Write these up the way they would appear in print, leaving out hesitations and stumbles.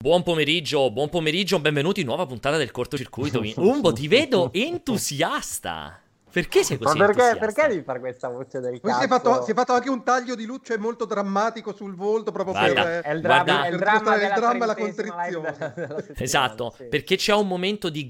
Buon pomeriggio, benvenuti in nuova puntata del cortocircuito. Umbo, ti vedo entusiasta. Perché sei così entusiasta? Perché devi fare questa voce del Poi cazzo? si è fatto anche un taglio di luce molto drammatico sul volto, proprio Guarda, È il guarda, dramma il dramma e la trentesima live contrizione. della settimana, esatto, sì. perché c'è un momento di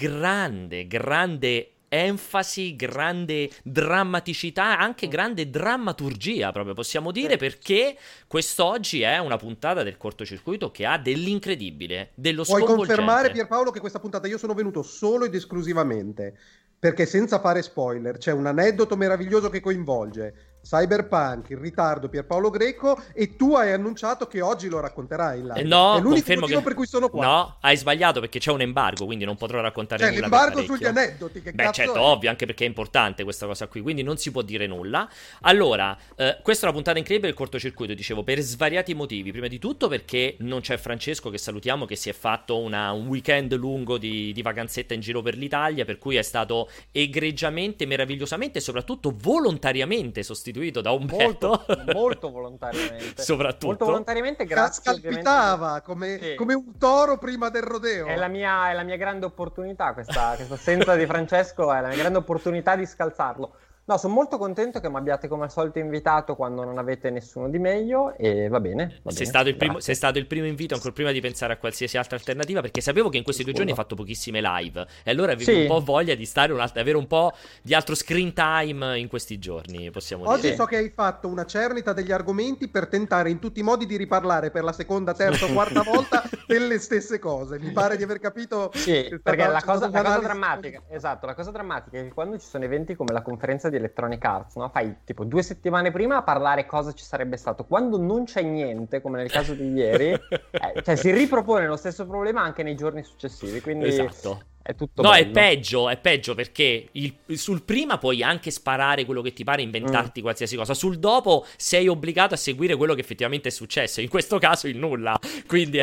grande enfasi, grande drammaticità, anche grande drammaturgia, proprio possiamo dire, perché quest'oggi è una puntata del cortocircuito che ha dell'incredibile, dello Puoi sconvolgente. confermare, Pierpaolo, che questa puntata io sono venuto solo ed esclusivamente perché, senza fare spoiler, c'è un aneddoto meraviglioso che coinvolge Cyberpunk, il ritardo, Pierpaolo Greco, e tu hai annunciato che oggi lo racconterai in live. No, è l'unico confermo motivo che... per cui sono qua. No, hai sbagliato, perché c'è un embargo, quindi non potrò raccontare C'è nulla. l'embargo per sugli parecchio. aneddoti, che Beh, cazzo certo, è? ovvio, anche perché è importante questa cosa qui, quindi non si può dire nulla. Allora, questa è una puntata incredibile del cortocircuito, dicevo, per svariati motivi. Prima di tutto perché non c'è Francesco, che salutiamo, che si è fatto un weekend lungo di vacanzetta in giro per l'Italia, per cui è stato egregiamente, meravigliosamente e soprattutto volontariamente sostituito da Umberto. Molto volontariamente. Soprattutto. Molto volontariamente, grazie. Scalpitava come un toro prima del rodeo. È la mia grande opportunità, questa assenza di Francesco è la mia grande opportunità di scalzarlo. No, sono molto contento che mi abbiate come al solito invitato quando non avete nessuno di meglio, e va bene. Sei stato il primo invito, ancora prima di pensare a qualsiasi altra alternativa, perché sapevo che in questi 2 giorni hai fatto pochissime live e allora avevi un po' voglia di stare avere un po' di altro screen time in questi giorni, possiamo dire. Oggi so che hai fatto una cernita degli argomenti per tentare in tutti i modi di riparlare per la seconda, terza o quarta volta delle stesse cose. Mi pare di aver capito. Sì, perché la cosa drammatica, esatto, la cosa drammatica è che quando ci sono eventi come la conferenza di Electronic Arts, no? Fai tipo 2 settimane prima a parlare cosa ci sarebbe stato. Quando non c'è niente, come nel caso di ieri, cioè si ripropone lo stesso problema anche nei giorni successivi, quindi esatto. È tutto no, bello. è peggio perché sul prima puoi anche sparare quello che ti pare, inventarti qualsiasi cosa. Sul dopo sei obbligato a seguire quello che effettivamente è successo. In questo caso il nulla. Quindi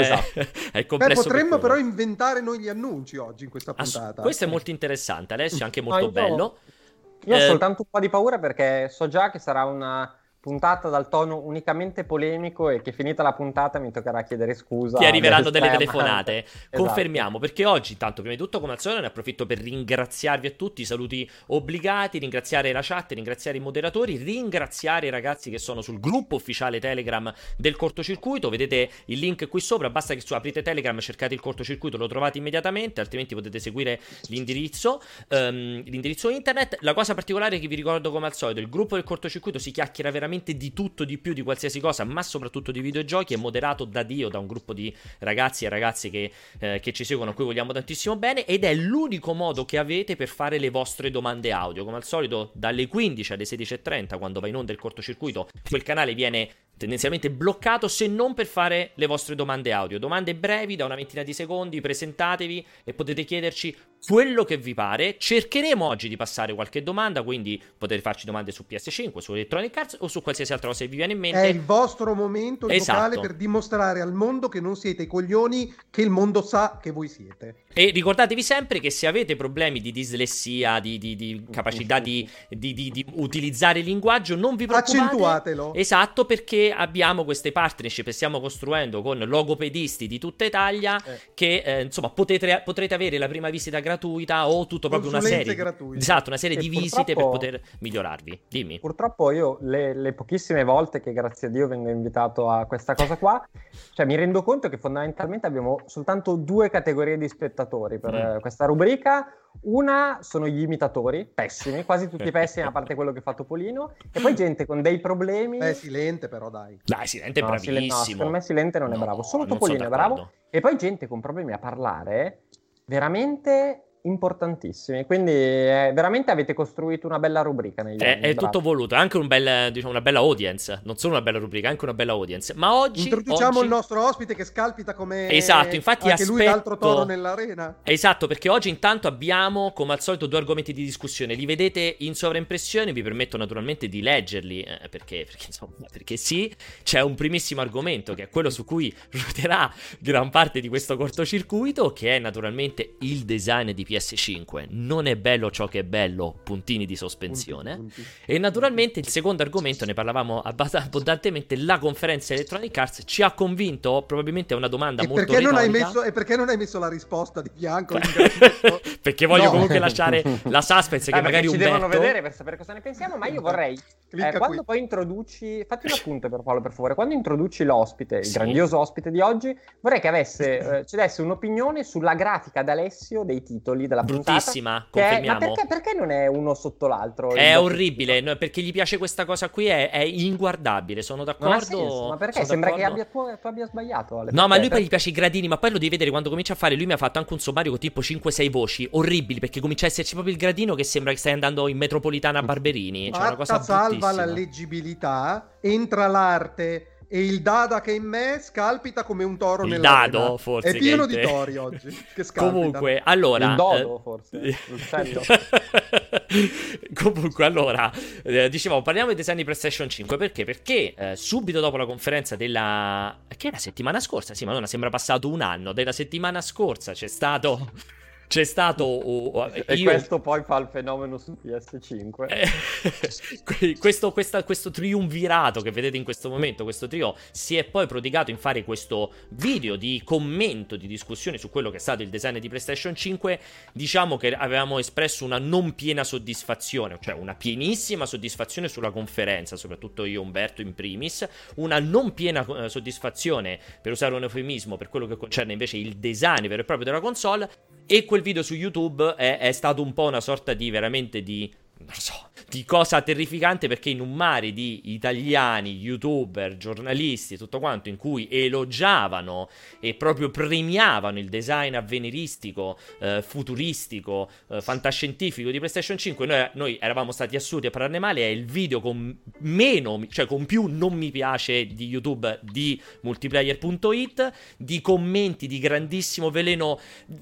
è complesso. Potremmo però inventare noi gli annunci oggi in questa puntata. Questo è molto interessante, Alessio, è anche molto bello. Io ho soltanto un po' di paura perché so già che sarà una puntata dal tono unicamente polemico e che finita la puntata mi toccherà chiedere scusa. Ti arriveranno delle telefonate. Esatto. Confermiamo, perché oggi, tanto prima di tutto, come al solito, ne approfitto per ringraziarvi a tutti, saluti obbligati, ringraziare la chat, ringraziare i moderatori, ringraziare i ragazzi che sono sul gruppo ufficiale Telegram del cortocircuito. Vedete il link qui sopra, basta che aprite Telegram, cercate il cortocircuito, lo trovate immediatamente, altrimenti potete seguire l'indirizzo internet. La cosa particolare che vi ricordo, come al solito, il gruppo del cortocircuito si chiacchiera veramente di tutto, di più, di qualsiasi cosa, ma soprattutto di videogiochi. È moderato da Dio, da un gruppo di ragazzi e ragazze che ci seguono, a cui vogliamo tantissimo bene, ed è l'unico modo che avete per fare le vostre domande audio. Come al solito, dalle 15 alle 16:30, quando va in onda il cortocircuito, quel canale viene tendenzialmente bloccato, se non per fare le vostre domande audio. Domande brevi, da una ventina di secondi, presentatevi e potete chiederci quello che vi pare. Cercheremo oggi di passare qualche domanda, quindi potete farci domande su PS5, su Electronic Arts o su qualsiasi altra cosa che vi viene in mente. È il vostro momento locale per dimostrare al mondo che non siete i coglioni che il mondo sa che voi siete. E ricordatevi sempre che se avete problemi di dislessia, di capacità di utilizzare il linguaggio, non vi preoccupate. Accentuatelo. Esatto, perché abbiamo queste partnership e stiamo costruendo con logopedisti di tutta Italia che insomma potrete avere la prima visita gratuita o tutto proprio una serie gratuite. Esatto, una serie di visite per poter migliorarvi. Dimmi. Purtroppo io le pochissime volte che grazie a Dio vengo invitato a questa cosa qua, cioè mi rendo conto che fondamentalmente abbiamo soltanto 2 categorie di spettatori per questa rubrica. Una sono gli imitatori, pessimi, quasi tutti pessimi, a parte quello che fa Topolino, e poi gente con dei problemi. Silente però, dai. Dai, Silente è bravissimo. No, secondo me Silente non è bravo, solo Topolino è bravo. E poi gente con problemi a parlare veramente importantissimi, quindi veramente avete costruito una bella rubrica negli anni. È tutto voluto, è anche una bella audience, non solo una bella rubrica, anche una bella audience. Ma oggi introduciamo il nostro ospite che scalpita come esatto, infatti anche lui l'altro toro nell'arena. Esatto, perché oggi intanto abbiamo come al solito 2 argomenti di discussione, li vedete in sovraimpressione, vi permetto naturalmente di leggerli perché sì, c'è un primissimo argomento che è quello su cui ruoterà gran parte di questo cortocircuito, che è naturalmente il design di PS5, non è bello ciò che è bello, puntini di sospensione. E naturalmente il secondo argomento, ne parlavamo abbondantemente, la conferenza Electronic Arts ci ha convinto, probabilmente è una domanda molto retorica. E perché non hai messo la risposta di fianco? Perché voglio comunque lasciare la suspense che magari ci Umberto... devono vedere per sapere cosa ne pensiamo, ma io vorrei, quando poi introduci, fatti un appunto per Paolo per favore, quando introduci l'ospite, il grandioso ospite di oggi, vorrei che ci desse un'opinione sulla grafica d'Alessio dei titoli della puntata. Bruttissima, confermiamo. Ma perché non è uno sotto l'altro? È orribile, no, perché gli piace questa cosa qui, è inguardabile, sono d'accordo. Non ha senso, ma perché? Sembra che tu abbia sbagliato. No, ma lui poi gli piace i gradini, ma poi lo devi vedere quando comincia a fare, lui mi ha fatto anche un sommario con tipo 5-6 voci, orribili, perché comincia a esserci proprio il gradino che sembra che stai andando in metropolitana a Barberini. Cioè una cosa salva la leggibilità, entra l'arte e il dada che in me scalpita come un toro nell'arena. Il dado, forse. È pieno di tori oggi che scalpitano. Comunque, allora... Il dodo, forse. L'uccello. Comunque, allora, dicevamo, parliamo del design di PlayStation 5. Perché? Perché subito dopo la conferenza della... Che era settimana scorsa? Sì, madonna, sembra passato un anno. Della settimana scorsa c'è stato... questo poi fa il fenomeno su PS5. Questo triumvirato che vedete in questo momento, questo trio, si è poi prodigato in fare questo video di commento, di discussione su quello che è stato il design di PlayStation 5. Diciamo che avevamo espresso una non piena soddisfazione, cioè una pienissima soddisfazione sulla conferenza, soprattutto io, Umberto in primis, una non piena soddisfazione, per usare un eufemismo, per quello che concerne invece il design vero e proprio della console. E quel video su YouTube è stato un po' una sorta di veramente di... non so, di cosa terrificante, perché in un mare di italiani, youtuber, giornalisti e tutto quanto, in cui elogiavano e proprio premiavano il design avveniristico, futuristico, fantascientifico di PlayStation 5, noi eravamo stati assurdi a parlarne male. È il video con meno, cioè con più non mi piace di YouTube di multiplayer.it, di commenti di grandissimo veleno,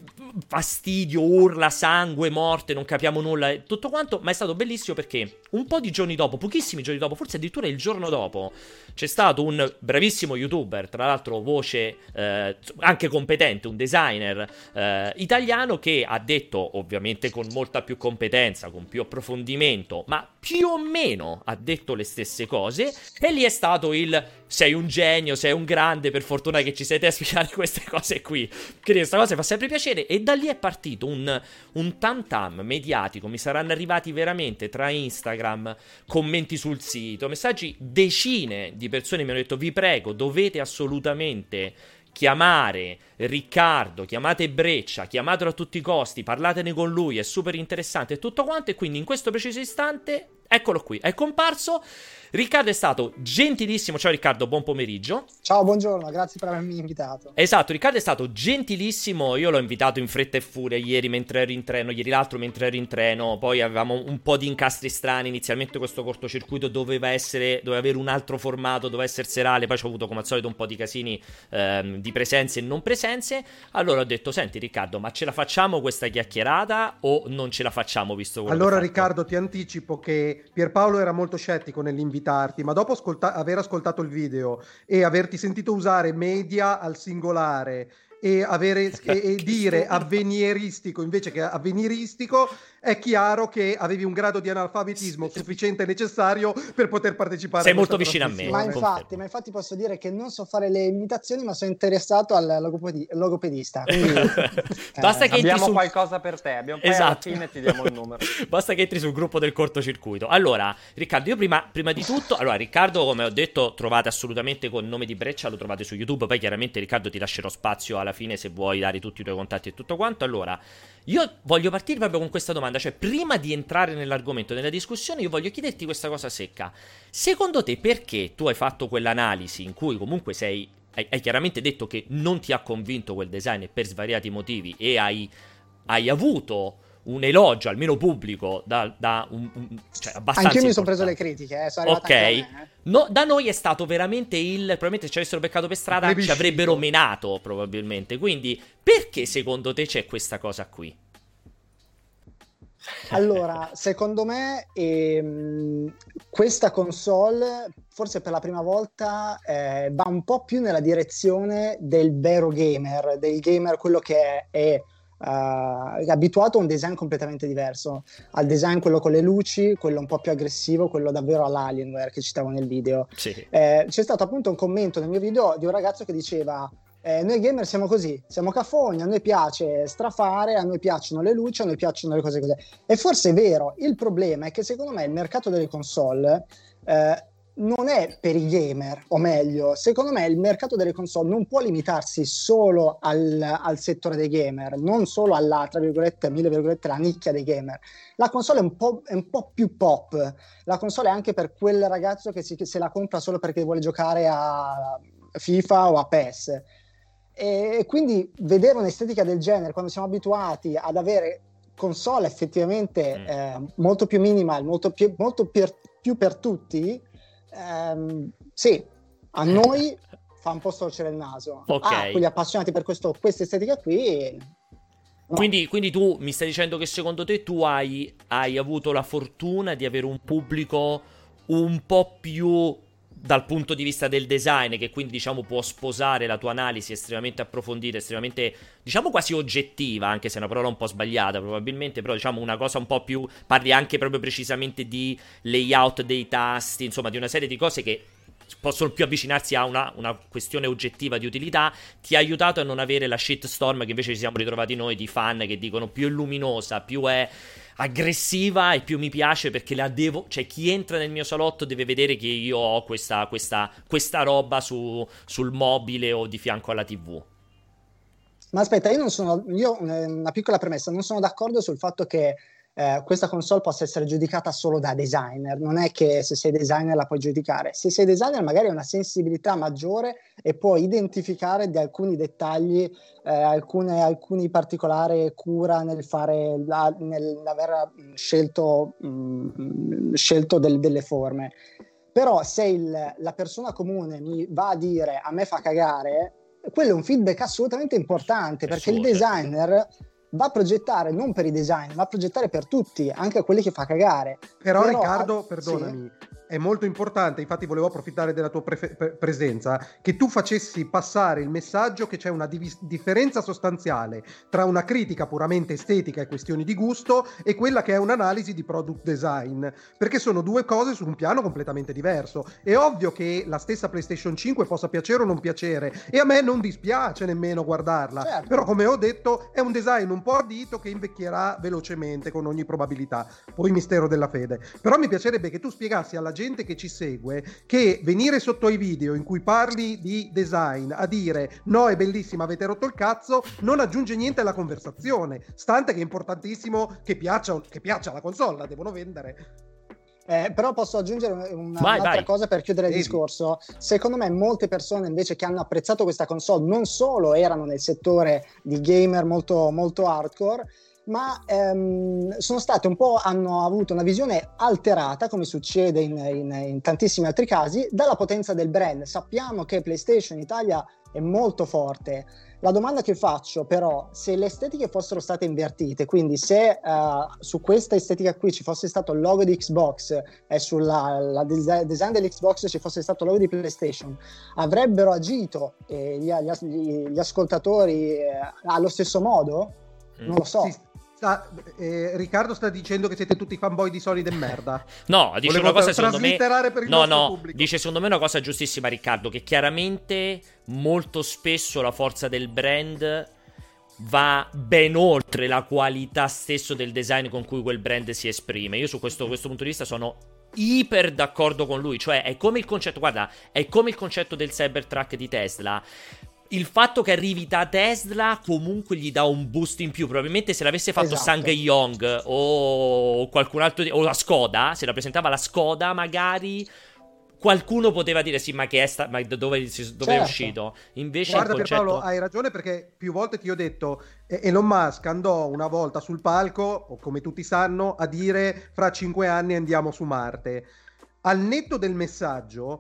fastidio, urla, sangue, morte, non capiamo nulla e tutto quanto, ma è stato bellissimo perché un po' di giorni dopo, pochissimi giorni dopo, forse addirittura il giorno dopo, c'è stato un bravissimo youtuber, tra l'altro voce anche competente, un designer italiano, che ha detto, ovviamente con molta più competenza, con più approfondimento, ma più o meno ha detto le stesse cose, e lì è stato il sei un genio, sei un grande, per fortuna che ci sei te a spiegare queste cose qui, che questa cosa fa sempre piacere. E da lì è partito un tam tam mediatico, mi saranno arrivati veramente tra Instagram, commenti sul sito, messaggi, decine di persone mi hanno detto vi prego, dovete assolutamente chiamare Riccardo, chiamate Breccia, chiamatelo a tutti i costi, parlatene con lui, è super interessante e tutto quanto. E quindi in questo preciso istante, eccolo qui, è comparso. Riccardo è stato gentilissimo. Ciao Riccardo, buon pomeriggio. Ciao, buongiorno, grazie per avermi invitato. Esatto, Riccardo è stato gentilissimo. Io l'ho invitato in fretta e furia ieri mentre ero in treno, ieri l'altro mentre ero in treno. Poi avevamo un po' di incastri strani. Inizialmente questo cortocircuito doveva avere un altro formato, doveva essere serale. Poi ci ho avuto come al solito un po' di casini di presenze e non presenze. Allora ho detto, senti Riccardo, ma ce la facciamo questa chiacchierata o non ce la facciamo, visto quello allora che Riccardo, ti anticipo che Pierpaolo era molto scettico nell'invitarti, ma dopo aver ascoltato il video e averti sentito usare media al singolare e dire avveniristico invece che avveniristico, è chiaro che avevi un grado di analfabetismo sufficiente e necessario per poter partecipare. Sei molto vicino a me. Ma infatti posso dire che non so fare le imitazioni, ma sono interessato al logopedista. Quindi, basta che abbiamo entri qualcosa per te. Poi alla fine ti diamo il numero. Basta che entri sul gruppo del cortocircuito. Allora, Riccardo, io prima di tutto, allora Riccardo, come ho detto, trovate assolutamente con il nome di Breccia, lo trovate su YouTube. Poi chiaramente Riccardo ti lascerò spazio alla fine se vuoi dare tutti i tuoi contatti e tutto quanto. Allora, io voglio partire proprio con questa domanda, cioè prima di entrare nell'argomento, nella discussione, io voglio chiederti questa cosa secca. Secondo te perché tu hai fatto quell'analisi in cui comunque hai chiaramente detto che non ti ha convinto quel design per svariati motivi e hai avuto un elogio, almeno pubblico, cioè abbastanza anche io mi sono preso le critiche, sono ok, anche a me. No, da noi è stato veramente probabilmente se ci avessero beccato per strada ci avrebbero menato probabilmente. Quindi perché secondo te c'è questa cosa qui? Allora, secondo me questa console forse per la prima volta va un po' più nella direzione del vero gamer, del gamer quello che è abituato a un design completamente diverso, al design quello con le luci, quello un po' più aggressivo, quello davvero all'Alienware che citavo nel video. Sì. C'è stato appunto un commento nel mio video di un ragazzo che diceva: noi gamer siamo così, siamo cafoni, a noi piace strafare, a noi piacciono le luci, a noi piacciono le cose così. E forse è vero, il problema è che secondo me il mercato delle console non è per i gamer, o meglio, secondo me il mercato delle console non può limitarsi solo al settore dei gamer, non solo alla, tra virgolette, mille virgolette, la nicchia dei gamer. La console è un po' più pop, la console è anche per quel ragazzo che se la compra solo perché vuole giocare a FIFA o a PES. E quindi vedere un'estetica del genere, quando siamo abituati ad avere console effettivamente molto più minimal, molto più per tutti, sì, a noi fa un po' storcere il naso. Ok. Quelli appassionati per questa estetica qui, no. Quindi tu mi stai dicendo che secondo te tu hai avuto la fortuna di avere un pubblico un po' più dal punto di vista del design, che quindi diciamo può sposare la tua analisi estremamente approfondita, estremamente diciamo quasi oggettiva, anche se è una parola un po' sbagliata probabilmente, però diciamo una cosa un po' più, parli anche proprio precisamente di layout dei tasti, insomma di una serie di cose che possono più avvicinarsi a una questione oggettiva di utilità. Ti ha aiutato a non avere la shitstorm che invece ci siamo ritrovati noi, di fan che dicono più è luminosa, più è aggressiva e più mi piace perché la devo, cioè chi entra nel mio salotto deve vedere che io ho questa roba sul mobile o di fianco alla TV. Ma aspetta, io una piccola premessa, non sono d'accordo sul fatto che questa console possa essere giudicata solo da designer. Non è che se sei designer la puoi giudicare. Se sei designer magari hai una sensibilità maggiore e puoi identificare di alcuni dettagli, alcuni particolari cura nel fare nell'aver scelto delle forme. Però se la persona comune mi va a dire a me fa cagare, quello è un feedback assolutamente importante, perché il designer va a progettare non per i design, va a progettare per tutti, anche quelli che fa cagare. Però Riccardo, perdonami, sì, è molto importante, infatti volevo approfittare della tua presenza, che tu facessi passare il messaggio che c'è una differenza sostanziale tra una critica puramente estetica e questioni di gusto e quella che è un'analisi di product design, perché sono due cose su un piano completamente diverso. È ovvio che la stessa PlayStation 5 possa piacere o non piacere, e a me non dispiace nemmeno guardarla, certo. Però come ho detto è un design un po' ardito che invecchierà velocemente con ogni probabilità, poi mistero della fede. Però mi piacerebbe che tu spiegassi alla gente che ci segue che venire sotto ai video in cui parli di design a dire no è bellissima, avete rotto il cazzo, non aggiunge niente alla conversazione, stante che è importantissimo che piaccia la console, la devono vendere. Però posso aggiungere un'altra cosa per chiudere il discorso. Secondo me molte persone invece che hanno apprezzato questa console non solo erano nel settore di gamer molto, molto hardcore, ma sono state hanno avuto una visione alterata, come succede in tantissimi altri casi, dalla potenza del brand. Sappiamo che PlayStation in Italia è molto forte. La domanda che faccio però, se le estetiche fossero state invertite, quindi se su questa estetica qui ci fosse stato il logo di Xbox e sulla design dell'Xbox ci fosse stato il logo di PlayStation, avrebbero agito gli ascoltatori allo stesso modo? Non lo so. Sì. Riccardo sta dicendo che siete tutti fanboy di Sony de merda. No, dice una cosa secondo me per il nostro pubblico. Dice secondo me una cosa giustissima, Riccardo, che chiaramente molto spesso la forza del brand va ben oltre la qualità stesso del design con cui quel brand si esprime. Io su questo punto di vista sono iper d'accordo con lui. Cioè è come il concetto, guarda, è come il concetto del Cybertruck di Tesla. Il fatto che arrivi da Tesla comunque gli dà un boost in più. Probabilmente se l'avesse fatto SsangYong o qualcun altro, o la Skoda, se la presentava la Skoda magari qualcuno poteva dire sì, ma che è ma dove è uscito? Invece guarda, il concetto... Pierpaolo, hai ragione, perché più volte ti ho detto Elon Musk andò una volta sul palco, o come tutti sanno, a dire fra 5 anni andiamo su Marte. Al netto del messaggio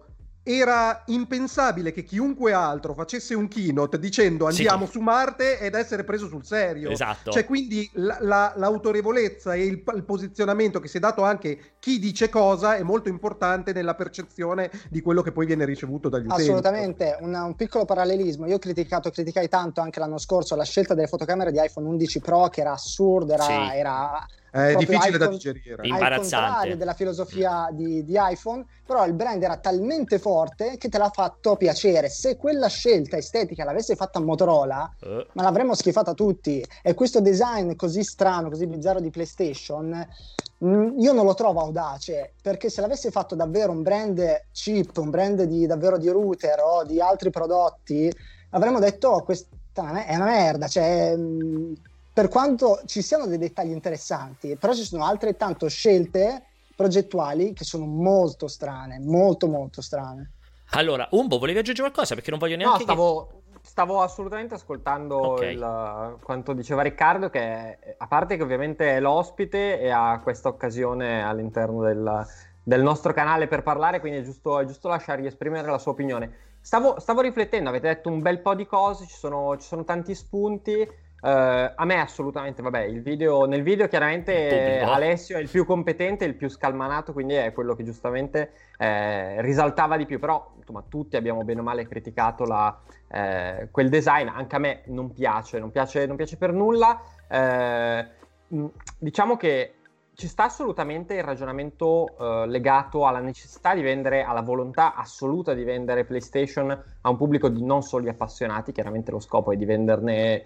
era impensabile che chiunque altro facesse un keynote dicendo andiamo su Marte ed essere preso sul serio. Esatto. Cioè, quindi l'autorevolezza e il posizionamento che si è dato anche chi dice cosa è molto importante nella percezione di quello che poi viene ricevuto dagli utenti. Assolutamente, un piccolo parallelismo. Io criticai tanto anche l'anno scorso la scelta delle fotocamere di iPhone 11 Pro, che era assurda, era è difficile da digerire, imbarazzante, al contrario della filosofia di iPhone, però il brand era talmente forte che te l'ha fatto piacere. Se quella scelta estetica l'avesse fatta Motorola, ma l'avremmo schifata tutti. E questo design così strano, così bizzarro di PlayStation, io non lo trovo audace, perché se l'avesse fatto davvero un brand cheap, un brand davvero di router o di altri prodotti, avremmo detto questa è una merda, cioè per quanto ci siano dei dettagli interessanti, però ci sono altrettanto scelte progettuali che sono molto strane, molto molto strane. Allora, Umbo, volevi aggiungere qualcosa? Perché non voglio neanche stavo assolutamente ascoltando quanto diceva Riccardo, che a parte che ovviamente è l'ospite e ha questa occasione all'interno del nostro canale per parlare, quindi è giusto lasciargli esprimere la sua opinione. Stavo riflettendo, avete detto un bel po' di cose, ci sono tanti spunti. A me assolutamente, vabbè, nel video chiaramente Alessio è il più competente, il più scalmanato, quindi è quello che giustamente risaltava di più, però insomma tutti abbiamo bene o male criticato quel design. Anche a me non piace per nulla. Diciamo che ci sta assolutamente il ragionamento legato alla necessità di vendere, alla volontà assoluta di vendere PlayStation a un pubblico di non solo appassionati. Chiaramente lo scopo è di venderne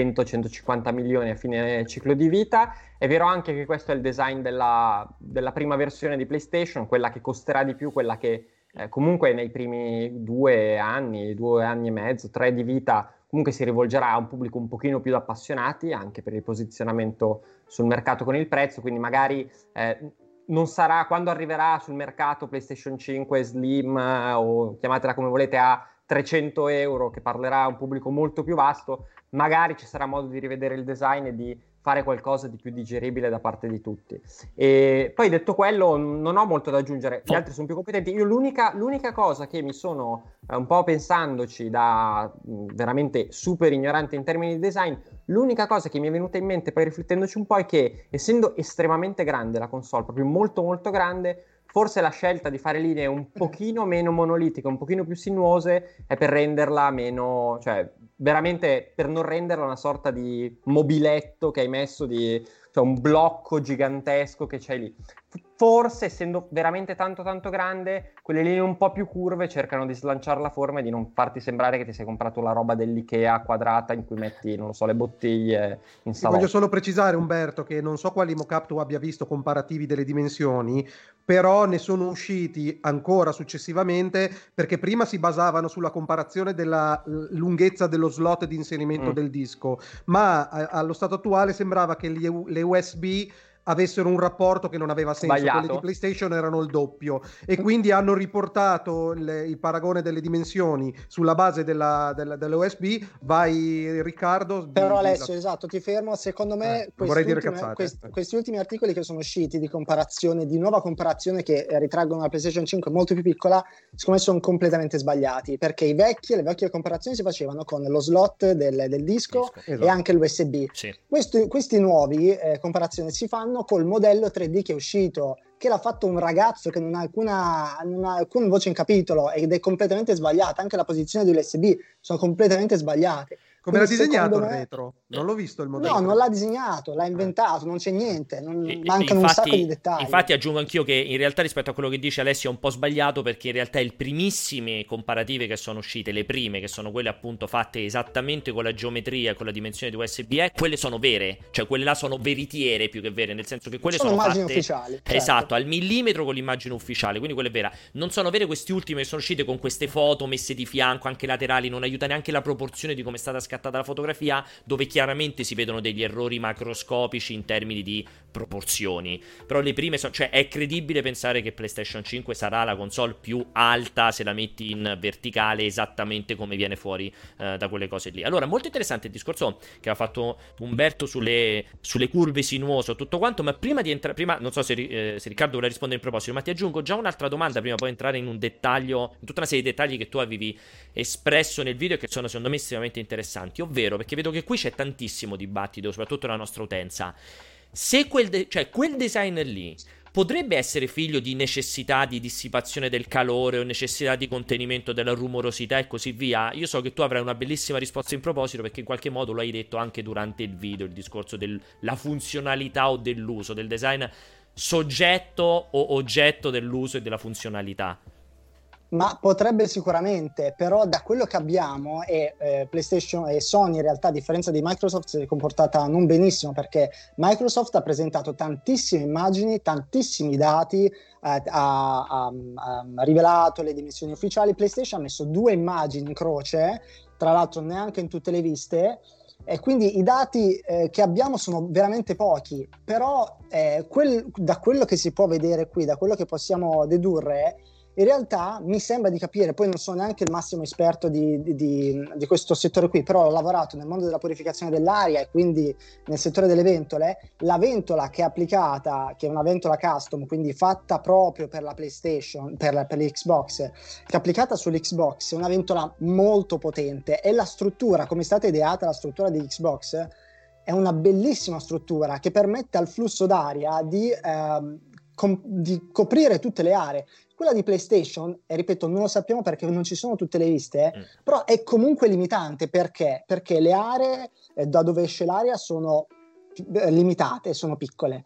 100-150 milioni a fine ciclo di vita. È vero anche che questo è il design della prima versione di PlayStation, quella che costerà di più, quella che comunque nei primi 2 anni e mezzo, 3 di vita, comunque si rivolgerà a un pubblico un pochino più appassionati, anche per il posizionamento sul mercato con il prezzo. Quindi magari non sarà, quando arriverà sul mercato PlayStation 5 Slim o chiamatela come volete a 300 euro, che parlerà a un pubblico molto più vasto, magari ci sarà modo di rivedere il design e di fare qualcosa di più digeribile da parte di tutti. E poi, detto quello, non ho molto da aggiungere, gli altri sono più competenti. Io l'unica cosa che mi sono un po' pensandoci, da veramente super ignorante in termini di design, l'unica cosa che mi è venuta in mente poi riflettendoci un po' è che, essendo estremamente grande la console, proprio molto molto grande, forse la scelta di fare linee un pochino meno monolitiche, un pochino più sinuose, è per renderla meno, cioè veramente per non renderla una sorta di mobiletto che hai messo, cioè un blocco gigantesco che c'hai lì. Forse, essendo veramente tanto tanto grande, quelle linee un po' più curve cercano di slanciare la forma e di non farti sembrare che ti sei comprato la roba dell'Ikea quadrata in cui metti, non lo so, le bottiglie in salotto. Voglio solo precisare, Umberto, che non so quali mock-up tu abbia visto comparativi delle dimensioni, però ne sono usciti ancora successivamente, perché prima si basavano sulla comparazione della lunghezza dello slot di inserimento del disco, ma allo stato attuale sembrava che le USB avessero un rapporto che non aveva senso. Sbagliato. Quelli di PlayStation erano il doppio, e quindi hanno riportato il paragone delle dimensioni sulla base delle USB. Vai, Riccardo. Però Alessio, esatto, ti fermo. Secondo me questi ultimi articoli che sono usciti di comparazione, di nuova comparazione, che ritraggono la PlayStation 5 molto più piccola, secondo me sono completamente sbagliati, perché le vecchie comparazioni si facevano con lo slot del disco. Esatto. E anche l'USB. Sì. Questi nuovi comparazioni si fanno col modello 3D che è uscito, che l'ha fatto un ragazzo che non ha alcuna voce in capitolo, ed è completamente sbagliata. Anche la posizione dell'USB sono completamente sbagliate. Come l'ha disegnato il retro? Non l'ho visto il modello. No, non l'ha disegnato, l'ha inventato, non c'è niente, mancano un sacco di dettagli. Infatti aggiungo anch'io che in realtà, rispetto a quello che dice Alessio, è un po' sbagliato, perché in realtà le primissime comparative che sono uscite, le prime, che sono quelle appunto fatte esattamente con la geometria e con la dimensione di USB, quelle sono vere, cioè quelle là sono veritiere più che vere, nel senso che quelle sono immagini fatte ufficiali, certo. Esatto, al millimetro con l'immagine ufficiale, quindi quella è vera. Non sono vere queste ultime che sono uscite con queste foto messe di fianco, anche laterali, non aiuta neanche la proporzione di come è stata scattata la fotografia, dove chiaramente si vedono degli errori macroscopici in termini di proporzioni. Però le prime cioè è credibile pensare che PlayStation 5 sarà la console più alta se la metti in verticale, esattamente come viene fuori da quelle cose lì. Allora, molto interessante il discorso che ha fatto Umberto sulle curve sinuose, tutto quanto, ma prima di entrare, non so se Riccardo vuole rispondere in proposito, ma ti aggiungo già un'altra domanda prima poi entrare in un dettaglio, in tutta una serie di dettagli che tu avevi espresso nel video e che sono secondo me estremamente interessanti, ovvero perché vedo che qui c'è tantissimo dibattito, soprattutto nella nostra utenza. Se quel design lì potrebbe essere figlio di necessità di dissipazione del calore o necessità di contenimento della rumorosità e così via, io so che tu avrai una bellissima risposta in proposito, perché in qualche modo lo hai detto anche durante il video, il discorso della funzionalità o dell'uso, del design soggetto o oggetto dell'uso e della funzionalità. Ma potrebbe sicuramente, però da quello che abbiamo PlayStation e Sony in realtà, a differenza di Microsoft, si è comportata non benissimo, perché Microsoft ha presentato tantissime immagini, tantissimi dati, ha rivelato le dimensioni ufficiali. PlayStation ha messo 2 immagini in croce, tra l'altro neanche in tutte le viste, e quindi i dati che abbiamo sono veramente pochi, però da quello che si può vedere qui, da quello che possiamo dedurre, in realtà mi sembra di capire, poi non sono neanche il massimo esperto di questo settore qui, però ho lavorato nel mondo della purificazione dell'aria e quindi nel settore delle ventole. La ventola che è applicata, che è una ventola custom, quindi fatta proprio per la PlayStation, per l'Xbox, che è applicata sull'Xbox, è una ventola molto potente, e la struttura, come è stata ideata la struttura di Xbox, è una bellissima struttura che permette al flusso d'aria di coprire tutte le aree. Quella di PlayStation, e ripeto, non lo sappiamo perché non ci sono tutte le liste, però è comunque limitante. Perché? Perché le aree da dove esce l'aria sono limitate, sono piccole.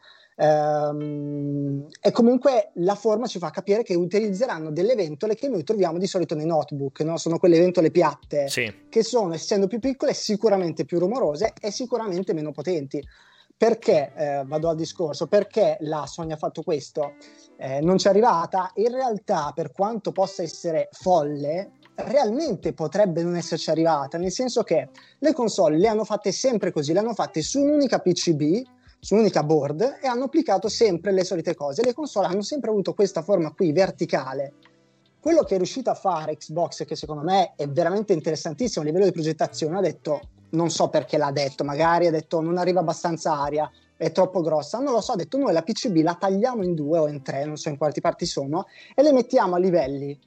E comunque la forma ci fa capire che utilizzeranno delle ventole che noi troviamo di solito nei notebook, no? Sono quelle ventole piatte, sì, che sono, essendo più piccole, sicuramente più rumorose e sicuramente meno potenti. Perché vado al discorso, perché la Sony ha fatto questo? Non ci è arrivata. In realtà, per quanto possa essere folle, realmente potrebbe non esserci arrivata, nel senso che le console le hanno fatte sempre così, le hanno fatte su un'unica PCB, su un'unica board, e hanno applicato sempre le solite cose. Le console hanno sempre avuto questa forma qui, verticale. Quello che è riuscito a fare Xbox, che secondo me è veramente interessantissimo a livello di progettazione, ha detto, non so perché l'ha detto, magari ha detto non arriva abbastanza aria, è troppo grossa, non lo so, ha detto noi la PCB la tagliamo in 2 o in 3, non so in quanti parti sono, e le mettiamo a livelli.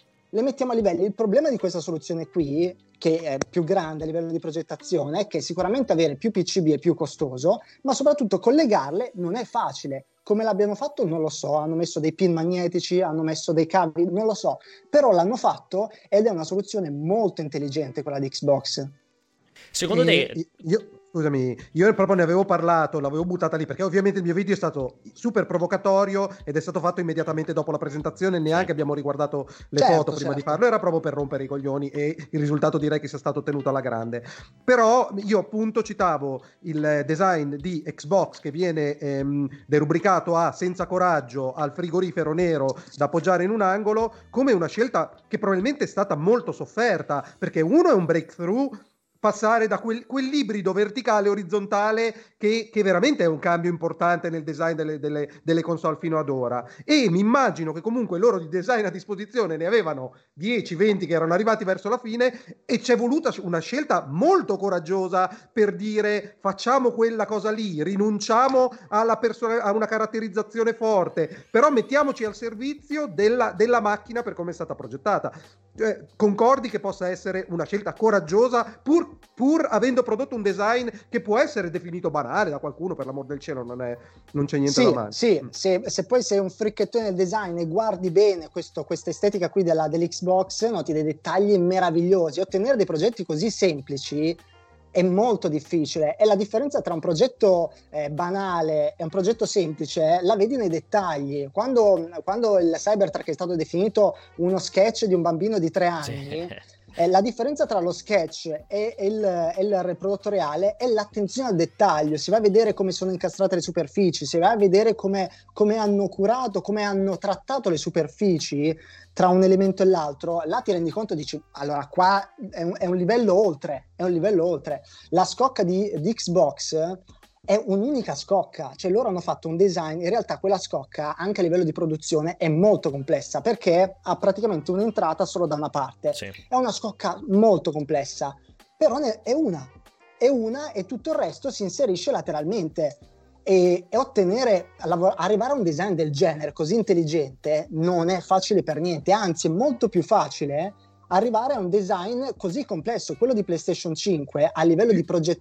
Il problema di questa soluzione qui, che è più grande a livello di progettazione, è che sicuramente avere più PCB è più costoso, ma soprattutto collegarle non è facile. Come l'abbiano fatto non lo so, hanno messo dei pin magnetici, hanno messo dei cavi, non lo so, però l'hanno fatto ed è una soluzione molto intelligente quella di Xbox. Secondo te... Scusami, io proprio ne avevo parlato, l'avevo buttata lì, perché ovviamente il mio video è stato super provocatorio ed è stato fatto immediatamente dopo la presentazione, neanche abbiamo riguardato le foto prima di farlo, era proprio per rompere i coglioni, e il risultato direi che sia stato ottenuto alla grande. Però io appunto citavo il design di Xbox che viene derubricato a senza coraggio, al frigorifero nero da appoggiare in un angolo, come una scelta che probabilmente è stata molto sofferta, perché uno è un breakthrough, passare da quell'ibrido verticale orizzontale che veramente è un cambio importante nel design delle console fino ad ora, e mi immagino che comunque loro di design a disposizione ne avevano 10-20 che erano arrivati verso la fine, e c'è voluta una scelta molto coraggiosa per dire facciamo quella cosa lì, rinunciamo a una caratterizzazione forte, però mettiamoci al servizio della macchina per come è stata progettata. Concordi che possa essere una scelta coraggiosa pur avendo prodotto un design che può essere definito banale da qualcuno, per l'amor del cielo, non c'è niente da male. Sì, se poi sei un fricchettone del design e guardi bene questa estetica qui dell'Xbox, noti dei dettagli meravigliosi. Ottenere dei progetti così semplici è molto difficile, e la differenza tra un progetto banale e un progetto semplice la vedi nei dettagli. Quando il Cybertruck è stato definito uno sketch di un bambino di 3 anni, La differenza tra lo sketch e il riprodotto reale è l'attenzione al dettaglio. Si va a vedere come sono incastrate le superfici, si va a vedere come hanno curato, come hanno trattato le superfici tra un elemento e l'altro. Là ti rendi conto, dici, allora qua è un livello oltre, La scocca di Xbox è un'unica scocca, cioè loro hanno fatto un design, in realtà quella scocca anche a livello di produzione è molto complessa perché ha praticamente un'entrata solo da una parte, Sì. È una scocca molto complessa, però è una e tutto il resto si inserisce lateralmente e arrivare a un design del genere così intelligente non è facile per niente, anzi è molto più facile arrivare a un design così complesso. Quello di PlayStation 5 a livello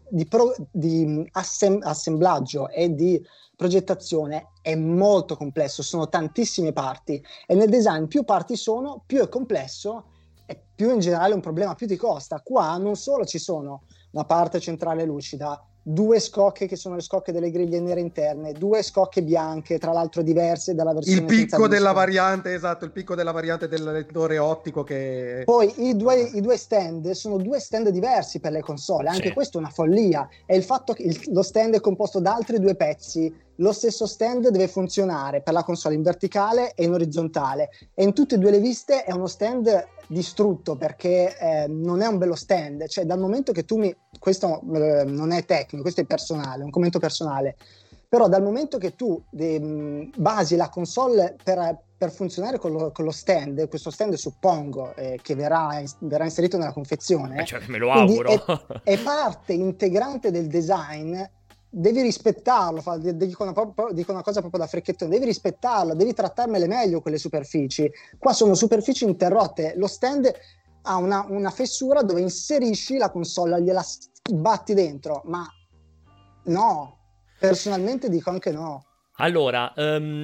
di assemblaggio e di progettazione è molto complesso, sono tantissime parti e nel design più parti sono, più è complesso e più in generale un problema, più ti costa. Qua non solo ci sono una parte centrale lucida, 2 scocche che sono le scocche delle griglie nere interne, 2 scocche bianche, tra l'altro diverse dalla versione il picco della disco. Variante, esatto, il picco della variante del lettore ottico che... Poi i due stand sono 2 stand diversi per le console, anche Sì. questo è una follia, è il fatto che lo stand è composto da altri 2 pezzi, lo stesso stand deve funzionare per la console in verticale e in orizzontale e in tutte e 2 le viste è uno stand distrutto perché non è un bello stand, cioè dal momento che questo non è tecnico, questo è personale, un commento personale, però dal momento che tu basi la console per funzionare con lo stand, questo stand suppongo che verrà inserito nella confezione, Cioè, me lo auguro. È parte integrante del design, devi rispettarlo, dico una cosa proprio da frecchettone, devi rispettarlo, devi trattarmele meglio quelle superfici. Qua sono superfici interrotte, lo stand ha una fessura dove inserisci la console, gliela batti dentro, ma no, personalmente dico anche no. Allora,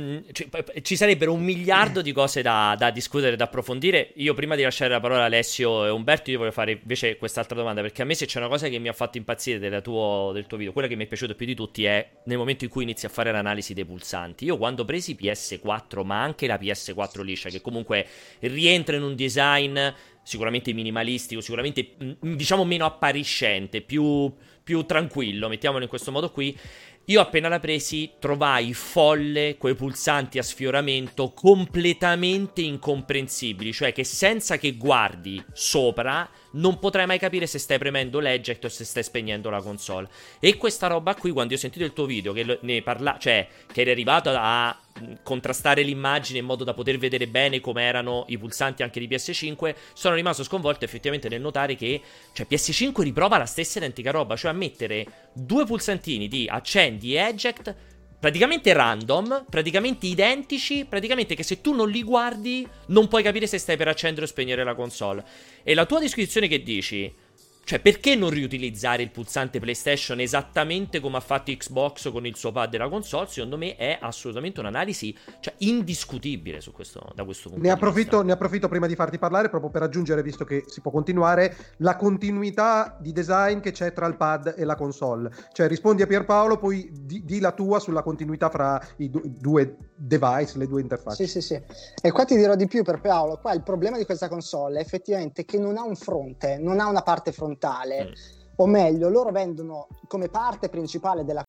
ci sarebbero 1 miliardo di cose da discutere, da approfondire. Io prima di lasciare la parola a Alessio e Umberto, io voglio fare invece quest'altra domanda, perché a me se c'è una cosa che mi ha fatto impazzire del tuo video, quella che mi è piaciuta più di tutti è nel momento in cui inizi a fare l'analisi dei pulsanti. Io quando ho presi PS4, ma anche la PS4 liscia, che comunque rientra in un design sicuramente minimalistico, sicuramente diciamo meno appariscente, più tranquillo, mettiamolo in questo modo qui. Io appena la presi trovai folle quei pulsanti a sfioramento completamente incomprensibili, cioè che senza che guardi sopra non potrai mai capire se stai premendo l'eject o se stai spegnendo la console. E questa roba qui, quando io ho sentito il tuo video che ne cioè che eri arrivato a contrastare l'immagine in modo da poter vedere bene come erano i pulsanti anche di PS5, sono rimasto sconvolto effettivamente nel notare che PS5 riprova la stessa identica roba, cioè a mettere 2 pulsantini di accendi e eject praticamente random, praticamente identici, praticamente che se tu non li guardi non puoi capire se stai per accendere o spegnere la console. E la tua descrizione che dici, cioè perché non riutilizzare il pulsante PlayStation esattamente come ha fatto Xbox con il suo pad e la console, secondo me è assolutamente un'analisi indiscutibile su questo, da questo punto di vista. Ne approfitto prima di farti parlare proprio per aggiungere, visto che si può continuare, la continuità di design che c'è tra il pad e la console. Cioè rispondi a Pierpaolo, poi di la tua sulla continuità fra i 2 device, le 2 interfacce. Sì. E qua ti dirò di più per Paolo. Qua il problema di questa console è effettivamente che non ha un fronte, non ha una parte frontale. O meglio, loro vendono come parte principale della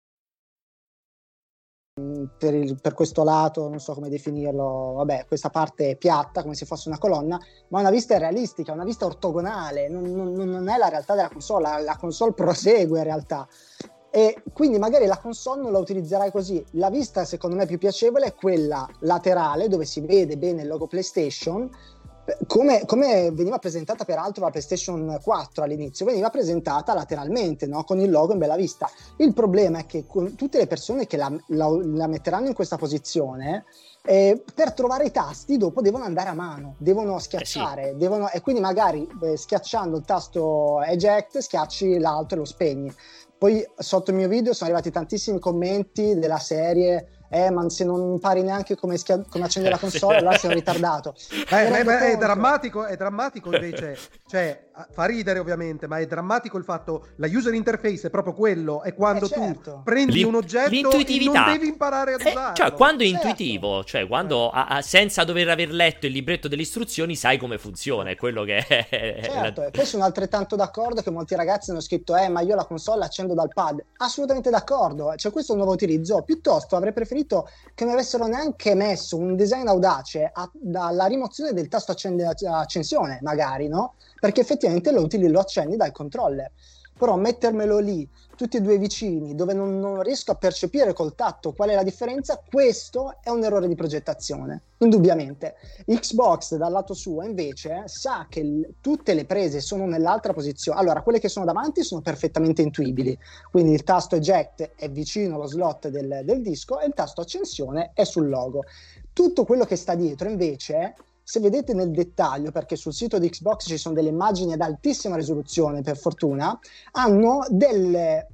per questo lato, non so come definirlo, vabbè, questa parte piatta come se fosse una colonna, ma una vista realistica, una vista ortogonale, non è la realtà della console, la console prosegue in realtà. E quindi magari la console non la utilizzerai così. La vista secondo me più piacevole è quella laterale dove si vede bene il logo PlayStation, come veniva presentata peraltro la PlayStation 4 all'inizio, veniva presentata lateralmente, no? Con il logo in bella vista. Il problema è che con tutte le persone che la metteranno in questa posizione, per trovare i tasti dopo devono andare a mano, devono schiacciare, sì. E quindi magari schiacciando il tasto eject schiacci l'altro e lo spegni. Poi sotto il mio video sono arrivati tantissimi commenti della serie ma se non impari neanche come accendere la console allora sei un ritardato. È drammatico invece, cioè fa ridere ovviamente, ma è drammatico il fatto, la user interface è proprio quello, è quando certo. tu prendi un oggetto e non devi imparare ad usarlo. Cioè, quando è Certo. intuitivo, cioè quando senza dover aver letto il libretto delle istruzioni sai come funziona, è quello che è. Certo, e poi sono altrettanto d'accordo che molti ragazzi hanno scritto ma io la console la accendo dal pad. Assolutamente d'accordo, cioè questo è un nuovo utilizzo. Piuttosto avrei preferito che non avessero neanche messo un design audace dalla rimozione del tasto accensione, magari, no? Perché effettivamente lo accendi dal controller. Però mettermelo lì, tutti e due vicini, dove non riesco a percepire col tatto qual è la differenza, questo è un errore di progettazione, indubbiamente. Xbox dal lato suo invece sa che tutte le prese sono nell'altra posizione. Allora, quelle che sono davanti sono perfettamente intuibili, quindi il tasto eject è vicino allo slot del disco e il tasto accensione è sul logo. Tutto quello che sta dietro invece, se vedete nel dettaglio, perché sul sito di Xbox ci sono delle immagini ad altissima risoluzione, per fortuna, hanno delle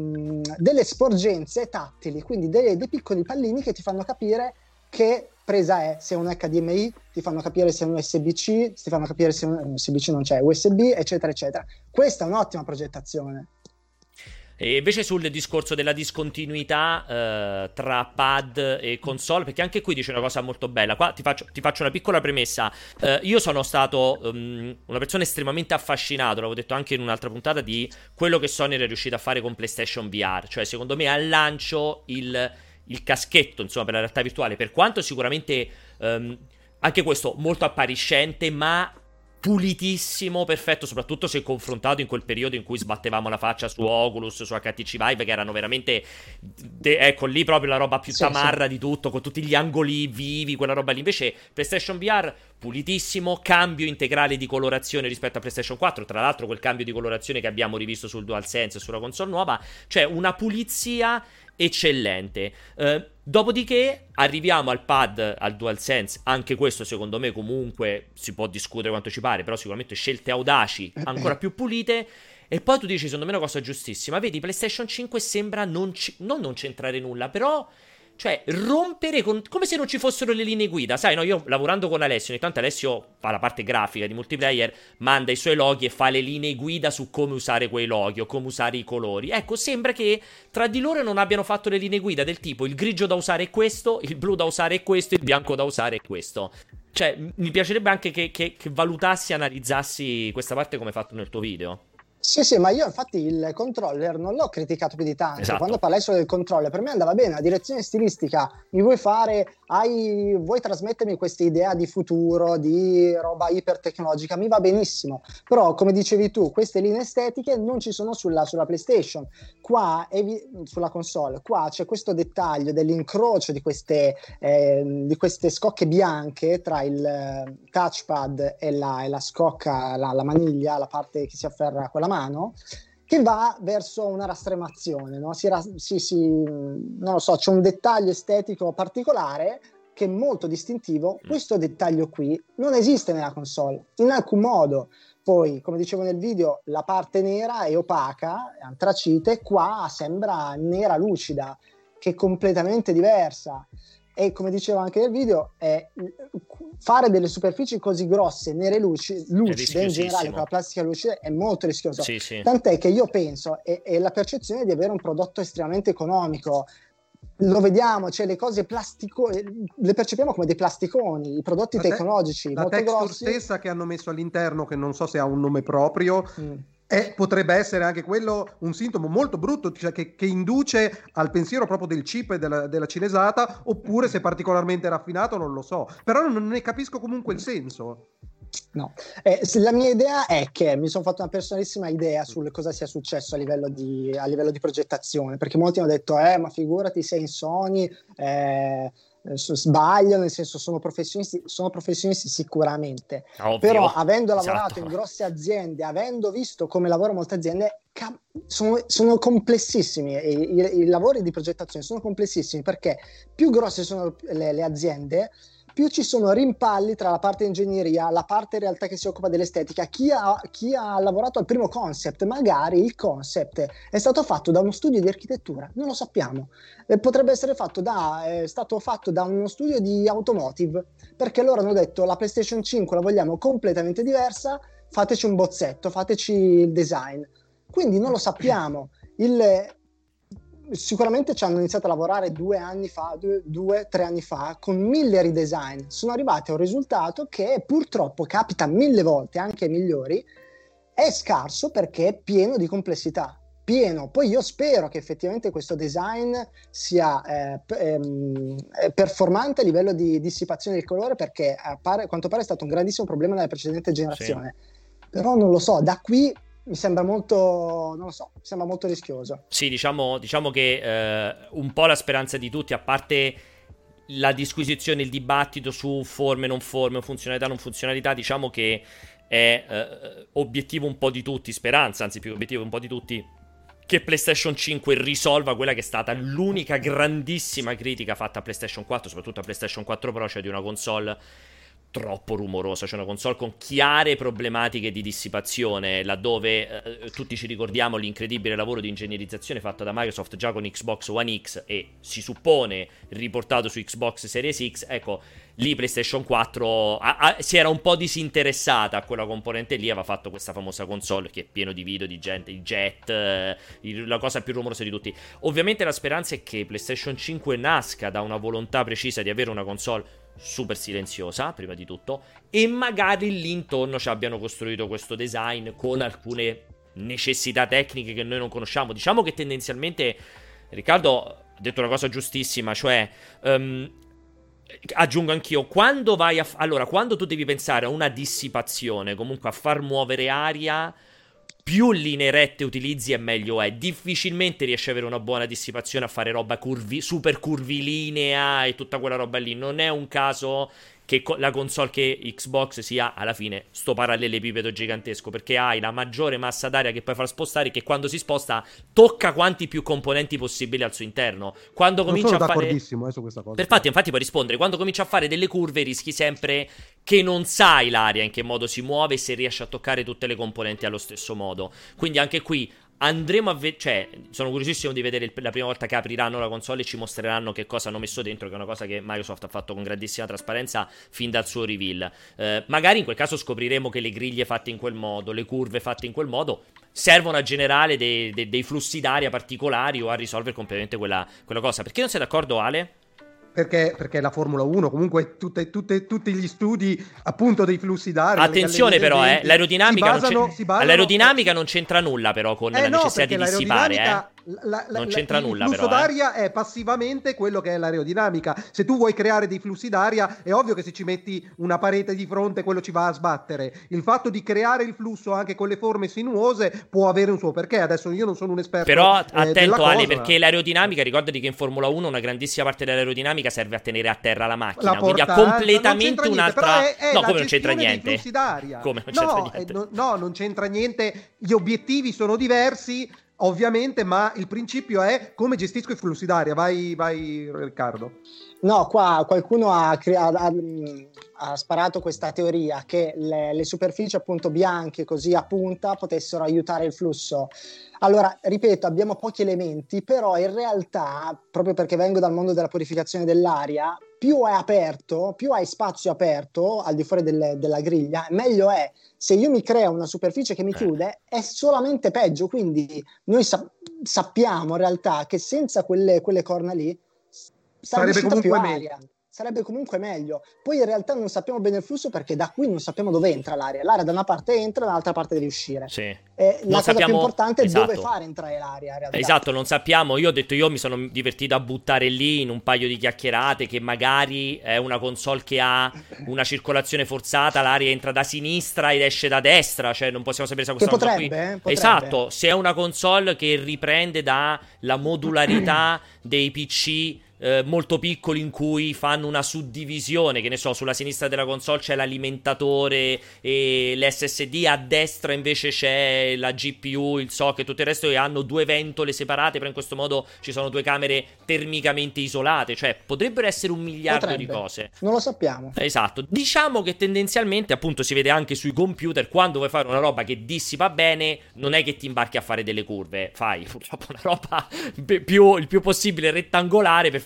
sporgenze tattili, quindi dei piccoli pallini che ti fanno capire che presa è, se è un HDMI, ti fanno capire se è un USB-C, ti fanno capire se un USB-C non c'è, USB, eccetera, eccetera. Questa è un'ottima progettazione. E invece sul discorso della discontinuità tra pad e console, perché anche qui dice una cosa molto bella. Qua ti faccio una piccola premessa. Io sono stato una persona estremamente affascinato, l'avevo detto anche in un'altra puntata, di quello che Sony era riuscita a fare con PlayStation VR. Cioè, secondo me, al lancio il caschetto, insomma, per la realtà virtuale, per quanto sicuramente anche questo molto appariscente, ma pulitissimo, perfetto, soprattutto se confrontato in quel periodo in cui sbattevamo la faccia su Oculus, su HTC Vive, che erano veramente ecco lì proprio la roba più tamarra di tutto, con tutti gli angoli vivi, quella roba lì. Invece PlayStation VR pulitissimo, cambio integrale di colorazione rispetto a PlayStation 4, tra l'altro quel cambio di colorazione che abbiamo rivisto sul DualSense e sulla console nuova, cioè una pulizia eccellente. Dopodiché arriviamo al pad, al DualSense. Anche questo secondo me comunque si può discutere quanto ci pare, però sicuramente scelte audaci, ancora più pulite. E poi tu dici, secondo me, una cosa giustissima. Vedi, PlayStation 5 sembra non c'entrare nulla, però cioè rompere come se non ci fossero le linee guida. Sai, no, io lavorando con Alessio, ogni tanto Alessio fa la parte grafica di multiplayer, manda i suoi loghi e fa le linee guida su come usare quei loghi o come usare i colori. Ecco, sembra che tra di loro non abbiano fatto le linee guida del tipo il grigio da usare è questo, il blu da usare è questo, il bianco da usare è questo. Cioè, mi piacerebbe anche che valutassi e analizzassi questa parte come fatto nel tuo video. Sì, ma io infatti il controller non l'ho criticato più di tanto. Esatto. Quando parlai solo del controller, per me andava bene la direzione stilistica. Vuoi trasmettermi questa idea di futuro, di roba ipertecnologica, mi va benissimo. Però, come dicevi tu, queste linee estetiche non ci sono sulla PlayStation. Qua, sulla console, qua c'è questo dettaglio dell'incrocio di queste scocche bianche tra il touchpad e la scocca, la maniglia, la parte che si afferra con la mano, che va verso una rastremazione, no? Non lo so, c'è un dettaglio estetico particolare che è molto distintivo. Questo dettaglio qui non esiste nella console in alcun modo. Poi, come dicevo nel video, la parte nera è opaca, è antracite, qua sembra nera lucida, che è completamente diversa. E come dicevo anche nel video, fare delle superfici così grosse, nere lucide in generale con la plastica lucida è molto rischioso. Sì. Tant'è che io penso, è la percezione di avere un prodotto estremamente economico. Lo vediamo, cioè le cose le percepiamo come dei plasticoni, i prodotti tecnologici la molto texture grossi. stessa che hanno messo all'interno, che non so se ha un nome proprio, potrebbe essere anche quello un sintomo molto brutto, cioè che induce al pensiero proprio del chip e della cinesata, oppure se è particolarmente raffinato non lo so, però non ne capisco comunque il senso. No, la mia idea è che mi sono fatto una personalissima idea su cosa sia successo a livello di progettazione, perché molti hanno detto ma figurati, sei in Sony, sbagliano, nel senso sono professionisti sicuramente. Ovvio. Però avendo lavorato Esatto. in grosse aziende, avendo visto come lavorano molte aziende, sono complessissimi, i lavori di progettazione sono complessissimi, perché più grosse sono le aziende, più ci sono rimpalli tra la parte ingegneria, la parte in realtà che si occupa dell'estetica. Chi ha lavorato al primo concept, magari il concept è stato fatto da uno studio di architettura, non lo sappiamo. Potrebbe essere stato fatto da uno studio di automotive, perché loro hanno detto la PlayStation 5 la vogliamo completamente diversa, fateci un bozzetto, fateci il design. Quindi non lo sappiamo. Sicuramente ci hanno iniziato a lavorare 2 anni fa, 2-3 anni fa, con 1000 redesign. Sono arrivati a un risultato che purtroppo capita 1000 volte, anche ai migliori, è scarso perché è pieno di complessità. Pieno. Poi io spero che effettivamente questo design sia performante a livello di dissipazione del colore, perché a quanto pare è stato un grandissimo problema nella precedente generazione. Sì. Però non lo so, da qui mi sembra molto, non lo so, mi sembra molto rischioso. Sì, diciamo che un po' la speranza di tutti, a parte la disquisizione, il dibattito su forme, non forme, funzionalità, non funzionalità, diciamo che è obiettivo un po' di tutti, speranza, anzi più obiettivo un po' di tutti, che PlayStation 5 risolva quella che è stata l'unica grandissima critica fatta a PlayStation 4, soprattutto a PlayStation 4 Pro, cioè di una console troppo rumorosa, cioè una console con chiare problematiche di dissipazione, laddove tutti ci ricordiamo l'incredibile lavoro di ingegnerizzazione fatto da Microsoft già con Xbox One X e si suppone riportato su Xbox Series X. Ecco, lì PlayStation 4 si era un po' disinteressata a quella componente lì, aveva fatto questa famosa console che è pieno di video di gente, i jet, la cosa più rumorosa di tutti. Ovviamente la speranza è che PlayStation 5 nasca da una volontà precisa di avere una console super silenziosa, prima di tutto, e magari lì intorno ci abbiano costruito questo design con alcune necessità tecniche che noi non conosciamo. Diciamo che tendenzialmente Riccardo ha detto una cosa giustissima, cioè aggiungo anch'io, quando vai quando tu devi pensare a una dissipazione, comunque a far muovere aria, più linee rette utilizzi e meglio è. Difficilmente riesci ad avere una buona dissipazione a fare roba super curvilinea e tutta quella roba lì. Non è un caso che la console che Xbox sia alla fine sto parallelepipedo gigantesco, perché hai la maggiore massa d'aria che puoi far spostare, che quando si sposta tocca quanti più componenti possibili al suo interno. Quando comincia a fare, d'accordissimo su questa cosa. Infatti puoi rispondere, quando cominci a fare delle curve rischi sempre che non sai l'aria in che modo si muove e se riesci a toccare tutte le componenti allo stesso modo. Quindi anche qui andremo a vedere, cioè sono curiosissimo di vedere la prima volta che apriranno la console e ci mostreranno che cosa hanno messo dentro, che è una cosa che Microsoft ha fatto con grandissima trasparenza fin dal suo reveal. Magari in quel caso scopriremo che le griglie fatte in quel modo, le curve fatte in quel modo servono a generare dei flussi d'aria particolari o a risolvere completamente quella cosa. Perché non sei d'accordo, Ale? Perché la Formula 1, comunque tutti gli studi appunto dei flussi d'aria. Attenzione però, l'aerodinamica non c'entra nulla però con la necessità di dissipare. Non c'entra nulla, però. Il flusso d'aria è passivamente quello che è l'aerodinamica. Se tu vuoi creare dei flussi d'aria, è ovvio che se ci metti una parete di fronte, quello ci va a sbattere. Il fatto di creare il flusso anche con le forme sinuose può avere un suo perché. Adesso io non sono un esperto. Però attento, Ale, perché l'aerodinamica, ricordati che in Formula 1 una grandissima parte dell'aerodinamica serve a tenere a terra la macchina, quindi ha completamente un'altra. No, come non c'entra niente? Come non c'entra niente? No, non c'entra niente. Gli obiettivi sono diversi. Ovviamente, ma il principio è come gestisco i flussi d'aria. Vai Riccardo. No, qua qualcuno ha sparato questa teoria che le superfici appunto bianche così a punta potessero aiutare il flusso. Allora, ripeto, abbiamo pochi elementi, però in realtà, proprio perché vengo dal mondo della purificazione dell'aria, più è aperto, più hai spazio aperto al di fuori della griglia, meglio è. Se io mi creo una superficie che mi chiude, è solamente peggio. Quindi noi sappiamo in realtà che senza quelle corna lì sarebbe comunque più aria. Sarebbe comunque meglio. Poi in realtà non sappiamo bene il flusso, perché da qui non sappiamo dove entra l'aria. L'aria da una parte entra, dall'altra parte deve uscire. Sì. La cosa più importante è dove far entrare l'aria. In realtà. Esatto, non sappiamo. Io ho detto, io mi sono divertito a buttare lì in un paio di chiacchierate che magari è una console che ha una circolazione forzata, l'aria entra da sinistra ed esce da destra. Cioè non possiamo sapere se questa cosa qui. Potrebbe. Esatto, se è una console che riprende dalla modularità dei PC molto piccoli, in cui fanno una suddivisione, che ne so, sulla sinistra della console c'è l'alimentatore e l'SSD, a destra invece c'è la GPU, il socket e tutto il resto, e hanno 2 ventole separate, però in questo modo ci sono 2 camere termicamente isolate. Cioè potrebbero essere 1 miliardo di cose, non lo sappiamo. Esatto, diciamo che tendenzialmente appunto si vede anche sui computer, quando vuoi fare una roba che dissipa bene non è che ti imbarchi a fare delle curve, fai purtroppo una roba il più possibile rettangolare per fare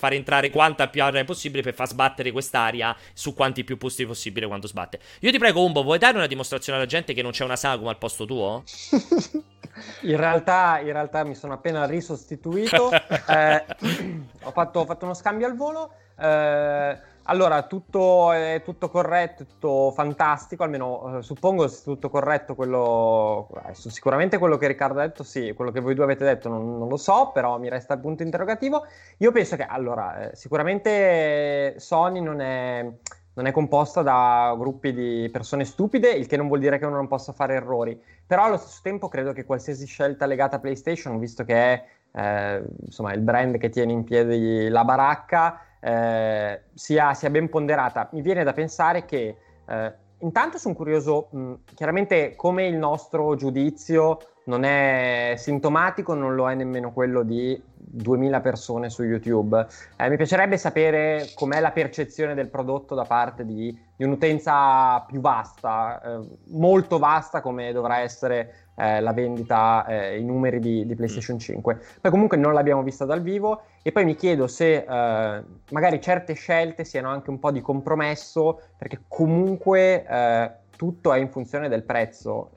far entrare quanta più aria possibile per far sbattere quest'aria su quanti più posti possibile quando sbatte. Io ti prego, Umbo, vuoi dare una dimostrazione alla gente che non c'è una sagoma al posto tuo? In realtà mi sono appena risostituito. Ho fatto uno scambio al volo. Allora, è tutto corretto, tutto fantastico, almeno suppongo sia tutto corretto sicuramente quello che Riccardo ha detto, sì, quello che voi due avete detto non lo so, però mi resta il punto interrogativo. Io penso che, allora, sicuramente Sony non è composta da gruppi di persone stupide, il che non vuol dire che uno non possa fare errori, però allo stesso tempo credo che qualsiasi scelta legata a PlayStation, visto che è insomma il brand che tiene in piedi la baracca, sia ben ponderata. Mi viene da pensare che intanto sono curioso, chiaramente come il nostro giudizio non è sintomatico, non lo è nemmeno quello di 2000 persone su YouTube. Mi piacerebbe sapere com'è la percezione del prodotto da parte di un'utenza più vasta, molto vasta come dovrà essere la vendita, i numeri di PlayStation 5. Poi comunque non l'abbiamo vista dal vivo e poi mi chiedo se magari certe scelte siano anche un po' di compromesso, perché comunque tutto è in funzione del prezzo.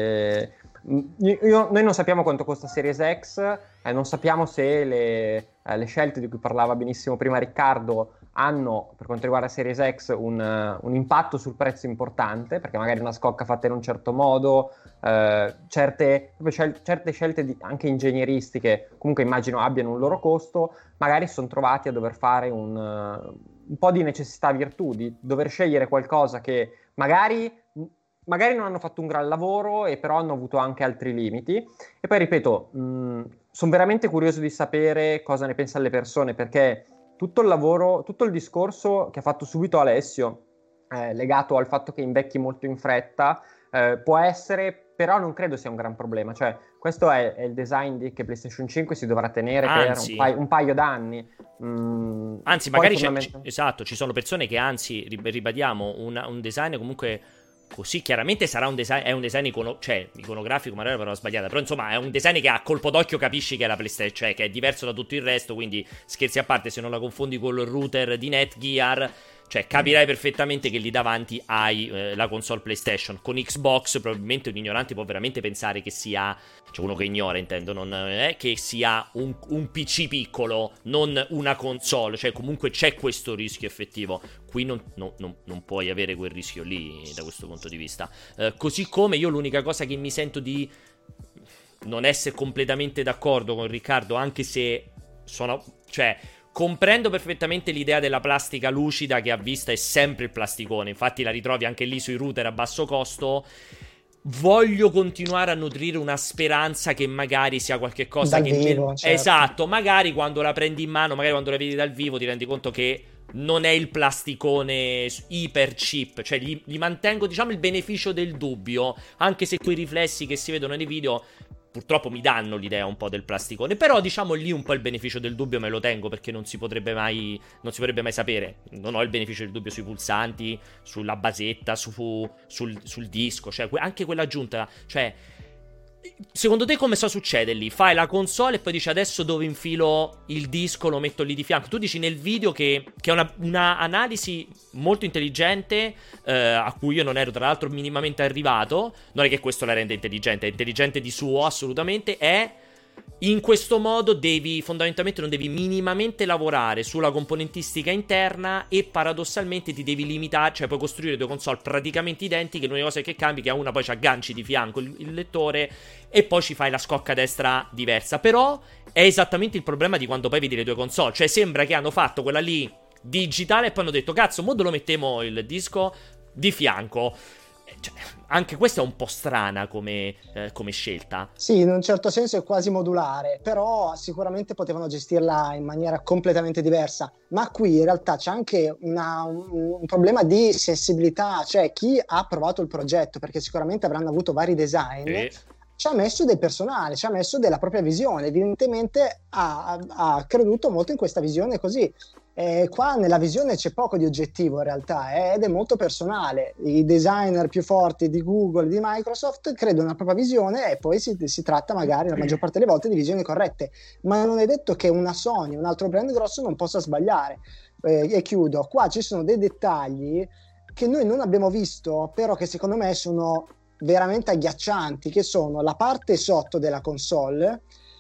Noi non sappiamo quanto costa Series X, non sappiamo se le scelte di cui parlava benissimo prima Riccardo hanno, per quanto riguarda Series X, un impatto sul prezzo importante, perché magari una scocca fatta in un certo modo, certe scelte anche ingegneristiche, comunque immagino abbiano un loro costo, magari si sono trovati a dover fare un po' di necessità virtù, di dover scegliere qualcosa che magari non hanno fatto un gran lavoro e però hanno avuto anche altri limiti. E poi ripeto, sono veramente curioso di sapere cosa ne pensano le persone, perché tutto il discorso che ha fatto subito Alessio, legato al fatto che invecchi molto in fretta, può essere, però non credo sia un gran problema. Cioè, questo è il design che PlayStation 5 si dovrà tenere per un paio d'anni. Anzi, magari esatto, ci sono persone che anzi, ribadiamo, un design comunque così chiaramente sarà un design, è un design iconografico, magari però sbagliata, però insomma è un design che a colpo d'occhio capisci che è la PlayStation, cioè che è diverso da tutto il resto, quindi scherzi a parte, se non la confondi con il router di Netgear, cioè capirai perfettamente che lì davanti hai la console PlayStation. Con Xbox probabilmente un ignorante può veramente pensare che sia, cioè uno che ignora intendo, non è che sia un PC piccolo, non una console, cioè comunque c'è questo rischio effettivo. Qui non puoi avere quel rischio lì da questo punto di vista. Così come io l'unica cosa che mi sento di non essere completamente d'accordo con Riccardo, anche se comprendo perfettamente l'idea della plastica lucida che a vista è sempre il plasticone, infatti la ritrovi anche lì sui router a basso costo. Voglio continuare a nutrire una speranza che magari sia qualche cosa dal vivo, certo. Esatto, magari quando la prendi in mano, magari quando la vedi dal vivo ti rendi conto che non è il plasticone iper cheap, cioè gli mantengo diciamo il beneficio del dubbio, anche se quei riflessi che si vedono nei video purtroppo mi danno l'idea un po' del plasticone, però diciamo lì un po' il beneficio del dubbio me lo tengo, perché non si potrebbe mai sapere. Non ho il beneficio del dubbio sui pulsanti, sulla basetta, sul disco, cioè anche quell'aggiunta, cioè secondo te come succede lì? Fai la console e poi dici adesso dove infilo il disco, lo metto lì di fianco. Tu dici nel video che è una analisi molto intelligente, a cui io non ero tra l'altro minimamente arrivato. Non è che questo la rende intelligente, è intelligente di suo assolutamente. È in questo modo fondamentalmente non devi minimamente lavorare sulla componentistica interna e paradossalmente ti devi limitare, cioè puoi costruire due console praticamente identiche, l'unica cosa che cambi è che a una poi ci agganci di fianco il lettore e poi ci fai la scocca destra diversa. Però è esattamente il problema di quando poi vedi le due console, cioè sembra che hanno fatto quella lì digitale e poi hanno detto cazzo, mo dove lo mettiamo il disco di fianco. Cioè, anche questa è un po' strana come scelta. Sì, in un certo senso è quasi modulare, però sicuramente potevano gestirla in maniera completamente diversa. Ma qui in realtà c'è anche un problema di sensibilità, cioè chi ha provato il progetto, perché sicuramente avranno avuto vari design, ci ha messo del personale, ci ha messo della propria visione, evidentemente ha creduto molto in questa visione così. Qua nella visione c'è poco di oggettivo in realtà, ed è molto personale. I designer più forti di Google, di Microsoft credono una propria visione e poi si tratta magari la maggior parte delle volte di visioni corrette, ma non è detto che una Sony, un altro brand grosso non possa sbagliare. E chiudo, qua ci sono dei dettagli che noi non abbiamo visto, però che secondo me sono veramente agghiaccianti, che sono la parte sotto della console,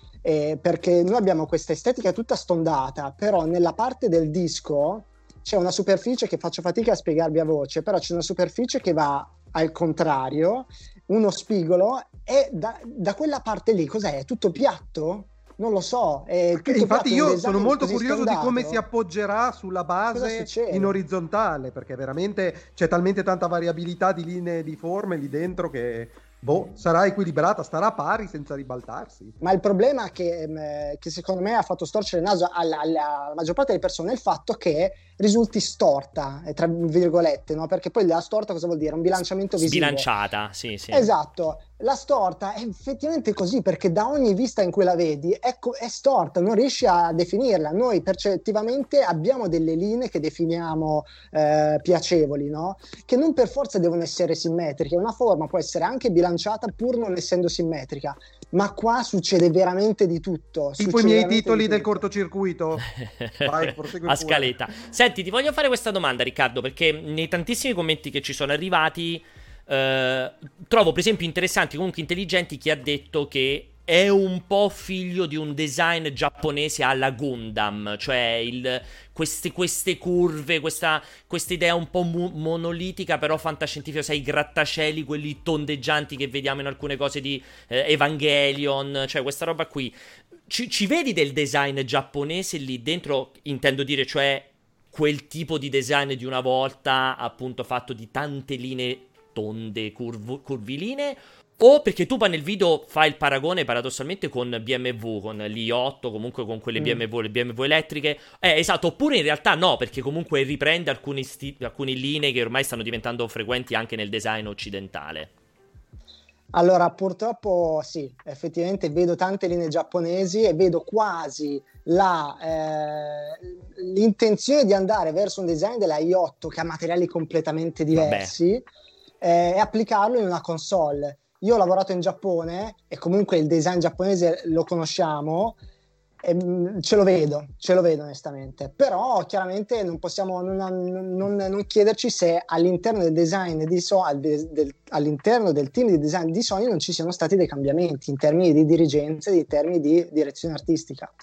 perché noi abbiamo questa estetica tutta stondata, però nella parte del disco c'è una superficie che faccio fatica a spiegarvi a voce, però c'è una superficie che va al contrario, uno spigolo, e da quella parte lì cos'è? È tutto piatto? Non lo so. Infatti io sono molto curioso di come si appoggerà sulla base in orizzontale, perché veramente c'è talmente tanta variabilità di linee, di forme lì dentro che sarà equilibrata, starà pari senza ribaltarsi. Ma il problema che secondo me ha fatto storcere il naso alla maggior parte delle persone è il fatto che risulti storta, tra virgolette, no? Perché poi la storta cosa vuol dire? Un bilanciamento visivo. Sbilanciata, sì. Esatto. La storta è effettivamente così, perché da ogni vista in cui la vedi è storta, non riesci a definirla. Noi percettivamente abbiamo delle linee che definiamo piacevoli, no? Che non per forza devono essere simmetriche. Una forma può essere anche bilanciata pur non essendo simmetrica, ma qua succede veramente di tutto. Tipo i miei titoli del cortocircuito. Vai, a scaletta. Senti, ti voglio fare questa domanda, Riccardo, perché nei tantissimi commenti che ci sono arrivati trovo per esempio interessanti, comunque intelligenti, chi ha detto che è un po' figlio di un design giapponese alla Gundam, cioè queste curve, questa idea un po' monolitica però fantascientifica, sai, i grattacieli, quelli tondeggianti che vediamo in alcune cose di Evangelion, cioè questa roba qui. Ci vedi del design giapponese lì dentro, intendo dire, cioè quel tipo di design di una volta, appunto fatto di tante linee tonde, curviline? O perché tu poi nel video fai il paragone paradossalmente con BMW, con l'i8, comunque con quelle BMW, le BMW elettriche. Esatto, oppure in realtà no, perché comunque riprende alcune linee che ormai stanno diventando frequenti anche nel design occidentale. Allora, purtroppo sì, effettivamente vedo tante linee giapponesi e vedo quasi l'intenzione di andare verso un design della i8 che ha materiali completamente diversi e applicarlo in una console. Io ho lavorato in Giappone e comunque il design giapponese lo conosciamo e ce lo vedo onestamente, però chiaramente non possiamo non chiederci se all'interno del design all'interno del team di design di Sony non ci siano stati dei cambiamenti in termini di dirigenza e in termini di direzione artistica.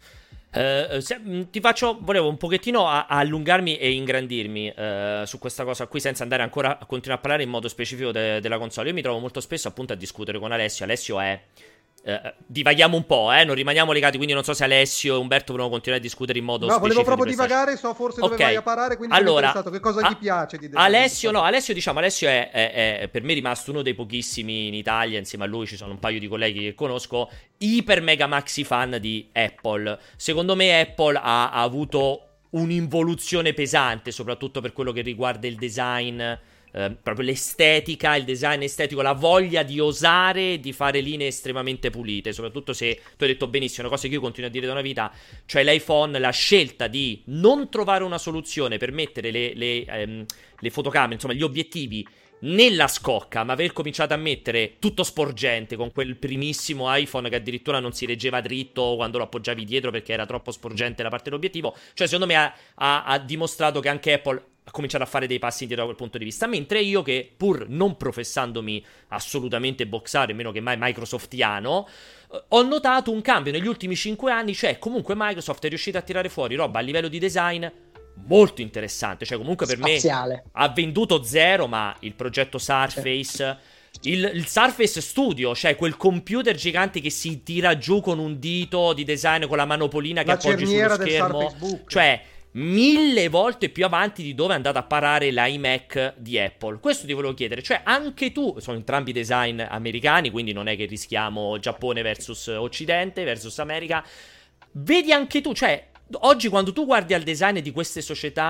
Volevo un pochettino allungarmi e ingrandirmi su questa cosa qui senza andare ancora a continuare a parlare in modo specifico della console. Io mi trovo molto spesso appunto a discutere con Alessio. Alessio è divaghiamo un po', non rimaniamo legati, quindi non so se Alessio e Umberto vogliono continuare a discutere in modo specifico. No, volevo proprio divagare, so forse dove vai a parare, quindi allora, sono interessato. Che cosa gli piace di Alessio è per me rimasto uno dei pochissimi in Italia, insieme a lui ci sono un paio di colleghi che conosco, iper mega maxi fan di Apple. Secondo me Apple ha avuto un'involuzione pesante, soprattutto per quello che riguarda il design, proprio l'estetica, il design estetico, la voglia di osare, di fare linee estremamente pulite, soprattutto se tu hai detto benissimo, una cosa che io continuo a dire da una vita, cioè l'iPhone, la scelta di non trovare una soluzione per mettere le fotocamere, insomma gli obiettivi nella scocca, ma aver cominciato a mettere tutto sporgente con quel primissimo iPhone che addirittura non si reggeva dritto quando lo appoggiavi dietro perché era troppo sporgente la parte dell'obiettivo, cioè secondo me ha dimostrato che anche Apple ha cominciato a fare dei passi indietro da quel punto di vista, mentre io, che pur non professandomi assolutamente boxare, meno che mai microsoftiano, ho notato un cambio negli ultimi 5 anni, cioè comunque Microsoft è riuscita a tirare fuori roba a livello di design molto interessante, cioè comunque per spaziale. Me ha venduto zero, ma il progetto Surface, il Surface Studio, cioè quel computer gigante che si tira giù con un dito di design con la manopolina che appoggi sullo schermo, cioè 1000 volte più avanti di dove è andata a parare l'iMac di Apple. Questo ti volevo chiedere, cioè anche tu, sono entrambi design americani, quindi non è che rischiamo Giappone versus Occidente versus America, vedi anche tu, cioè oggi quando tu guardi al design di queste società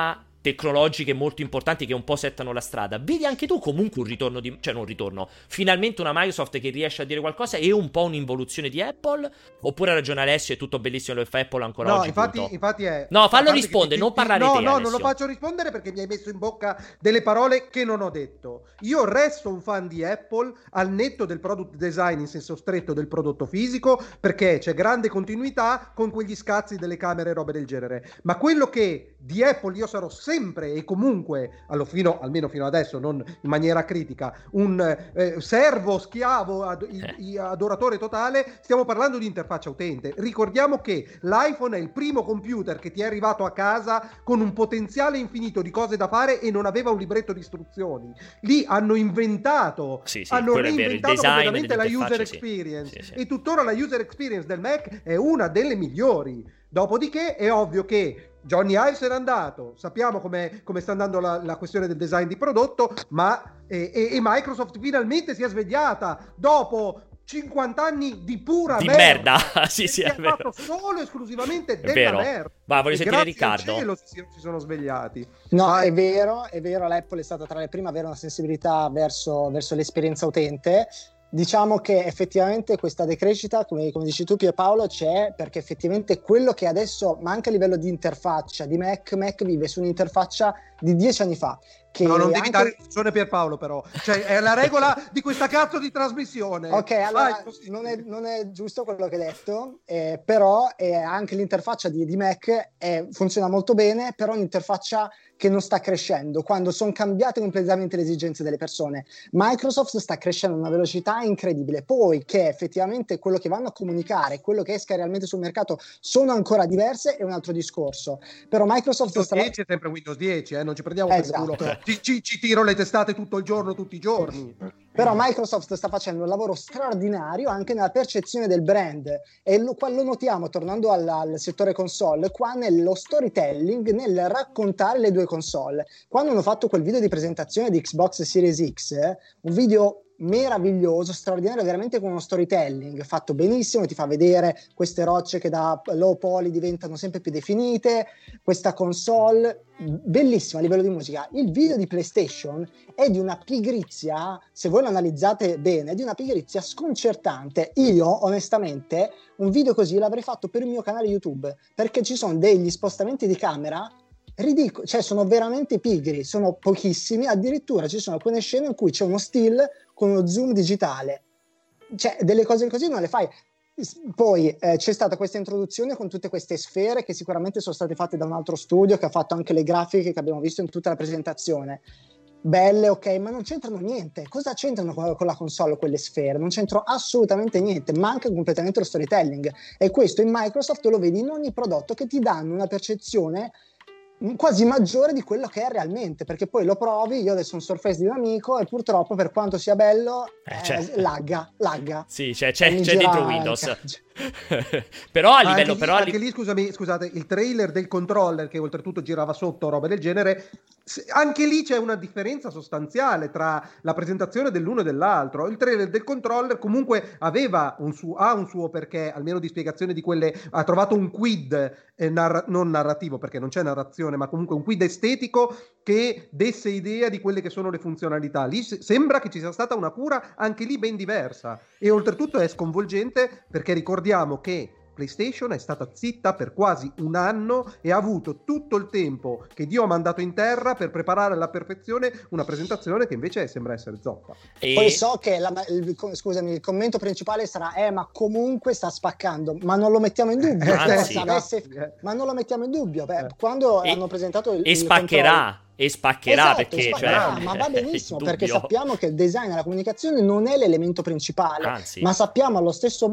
tecnologiche molto importanti che un po' settano la strada. Vedi anche tu comunque un ritorno cioè non un ritorno, finalmente una Microsoft che riesce a dire qualcosa e un po' un'involuzione di Apple? Oppure ha ragione Alessio, è tutto bellissimo lo che fa Apple ancora oggi? Infatti è... No, fallo rispondere, non parlare te, No, Alessio. non lo faccio rispondere perché mi hai messo in bocca delle parole che non ho detto. Io resto un fan di Apple al netto del product design in senso stretto del prodotto fisico, perché c'è grande continuità con quegli scazzi delle camere e robe del genere. Ma quello che di Apple io sarò sempre e comunque, almeno fino adesso, non in maniera critica, un servo, schiavo, adoratore totale, stiamo parlando di interfaccia utente. Ricordiamo che l'iPhone è il primo computer che ti è arrivato a casa con un potenziale infinito di cose da fare e non aveva un libretto di istruzioni. Lì hanno inventato, hanno reinventato completamente la user experience, e tuttora la user experience del Mac è una delle migliori. Dopodiché è ovvio che Johnny Ive se n'è andato, sappiamo come sta andando la questione del design di prodotto, ma e Microsoft finalmente si è svegliata dopo 50 anni di pura merda. Sì, è vero. fatto solo e esclusivamente della merda. Va, voglio sentire Riccardo. Cielo si sono svegliati. No, vai. È vero, l'Apple è stata tra le prime a avere una sensibilità verso l'esperienza utente. Diciamo che effettivamente questa decrescita, come dici tu Pierpaolo, c'è perché effettivamente quello che adesso, ma anche a livello di interfaccia di Mac vive su un'interfaccia di 10 anni fa. Che no, non devi dare ragione Pierpaolo, però. Cioè, è la regola di questa cazzo di trasmissione. Ok, allora non è giusto quello che hai detto, però anche l'interfaccia di Mac funziona molto bene, però è un'interfaccia che non sta crescendo, quando sono cambiate completamente le esigenze delle persone. Microsoft sta crescendo a una velocità incredibile, poi che effettivamente quello che vanno a comunicare, quello che esca realmente sul mercato sono ancora diverse, è un altro discorso. Però Microsoft Windows 10 è sempre Windows 10, non ci prendiamo per il culo. Ci tiro le testate tutto il giorno, tutti i giorni. Però Microsoft sta facendo un lavoro straordinario anche nella percezione del brand, e lo notiamo tornando al settore console, qua nello storytelling, nel raccontare le due console. Quando hanno fatto quel video di presentazione di Xbox Series X, un video meraviglioso, straordinario, veramente con uno storytelling fatto benissimo, ti fa vedere queste rocce che da low poly diventano sempre più definite, questa console bellissima a livello di musica. Il video di PlayStation è di una pigrizia, se voi lo analizzate bene, è di una pigrizia sconcertante. Io onestamente un video così l'avrei fatto per il mio canale YouTube, perché ci sono degli spostamenti di camera ridicoli, cioè sono veramente pigri, sono pochissimi, addirittura ci sono alcune scene in cui c'è uno still con uno zoom digitale, cioè delle cose così non le fai. Poi c'è stata questa introduzione con tutte queste sfere che sicuramente sono state fatte da un altro studio che ha fatto anche le grafiche che abbiamo visto in tutta la presentazione, belle, ok, ma non c'entrano niente. Cosa c'entrano con la console quelle sfere? Non c'entrano assolutamente niente, manca completamente lo storytelling, e questo in Microsoft lo vedi in ogni prodotto, che ti danno una percezione quasi maggiore di quello che è realmente, perché poi lo provi. Io adesso ho un Surface di un amico e purtroppo, per quanto sia bello, lagga. Sì, c'è dentro Windows. Però a livello anche lì scusate, il trailer del controller, che oltretutto girava sotto, roba del genere, anche lì c'è una differenza sostanziale tra la presentazione dell'uno e dell'altro. Il trailer del controller comunque aveva un suo perché, almeno di spiegazione di quelle, ha trovato un quid non narrativo, perché non c'è narrazione, ma comunque un quid estetico che desse idea di quelle che sono le funzionalità. Lì sembra che ci sia stata una cura anche lì ben diversa, e oltretutto è sconvolgente perché ricordiamo che PlayStation è stata zitta per quasi un anno e ha avuto tutto il tempo che Dio ha mandato in terra per preparare alla perfezione una presentazione che invece sembra essere zoppa. Poi so che il commento principale sarà ma comunque sta spaccando, ma non lo mettiamo in dubbio. Ma non lo mettiamo in dubbio. Quando hanno presentato il spaccherà. E spaccherà, perché spaccherà, ma va benissimo, perché sappiamo che il design e la comunicazione non è l'elemento principale. Anzi. Ma sappiamo allo stesso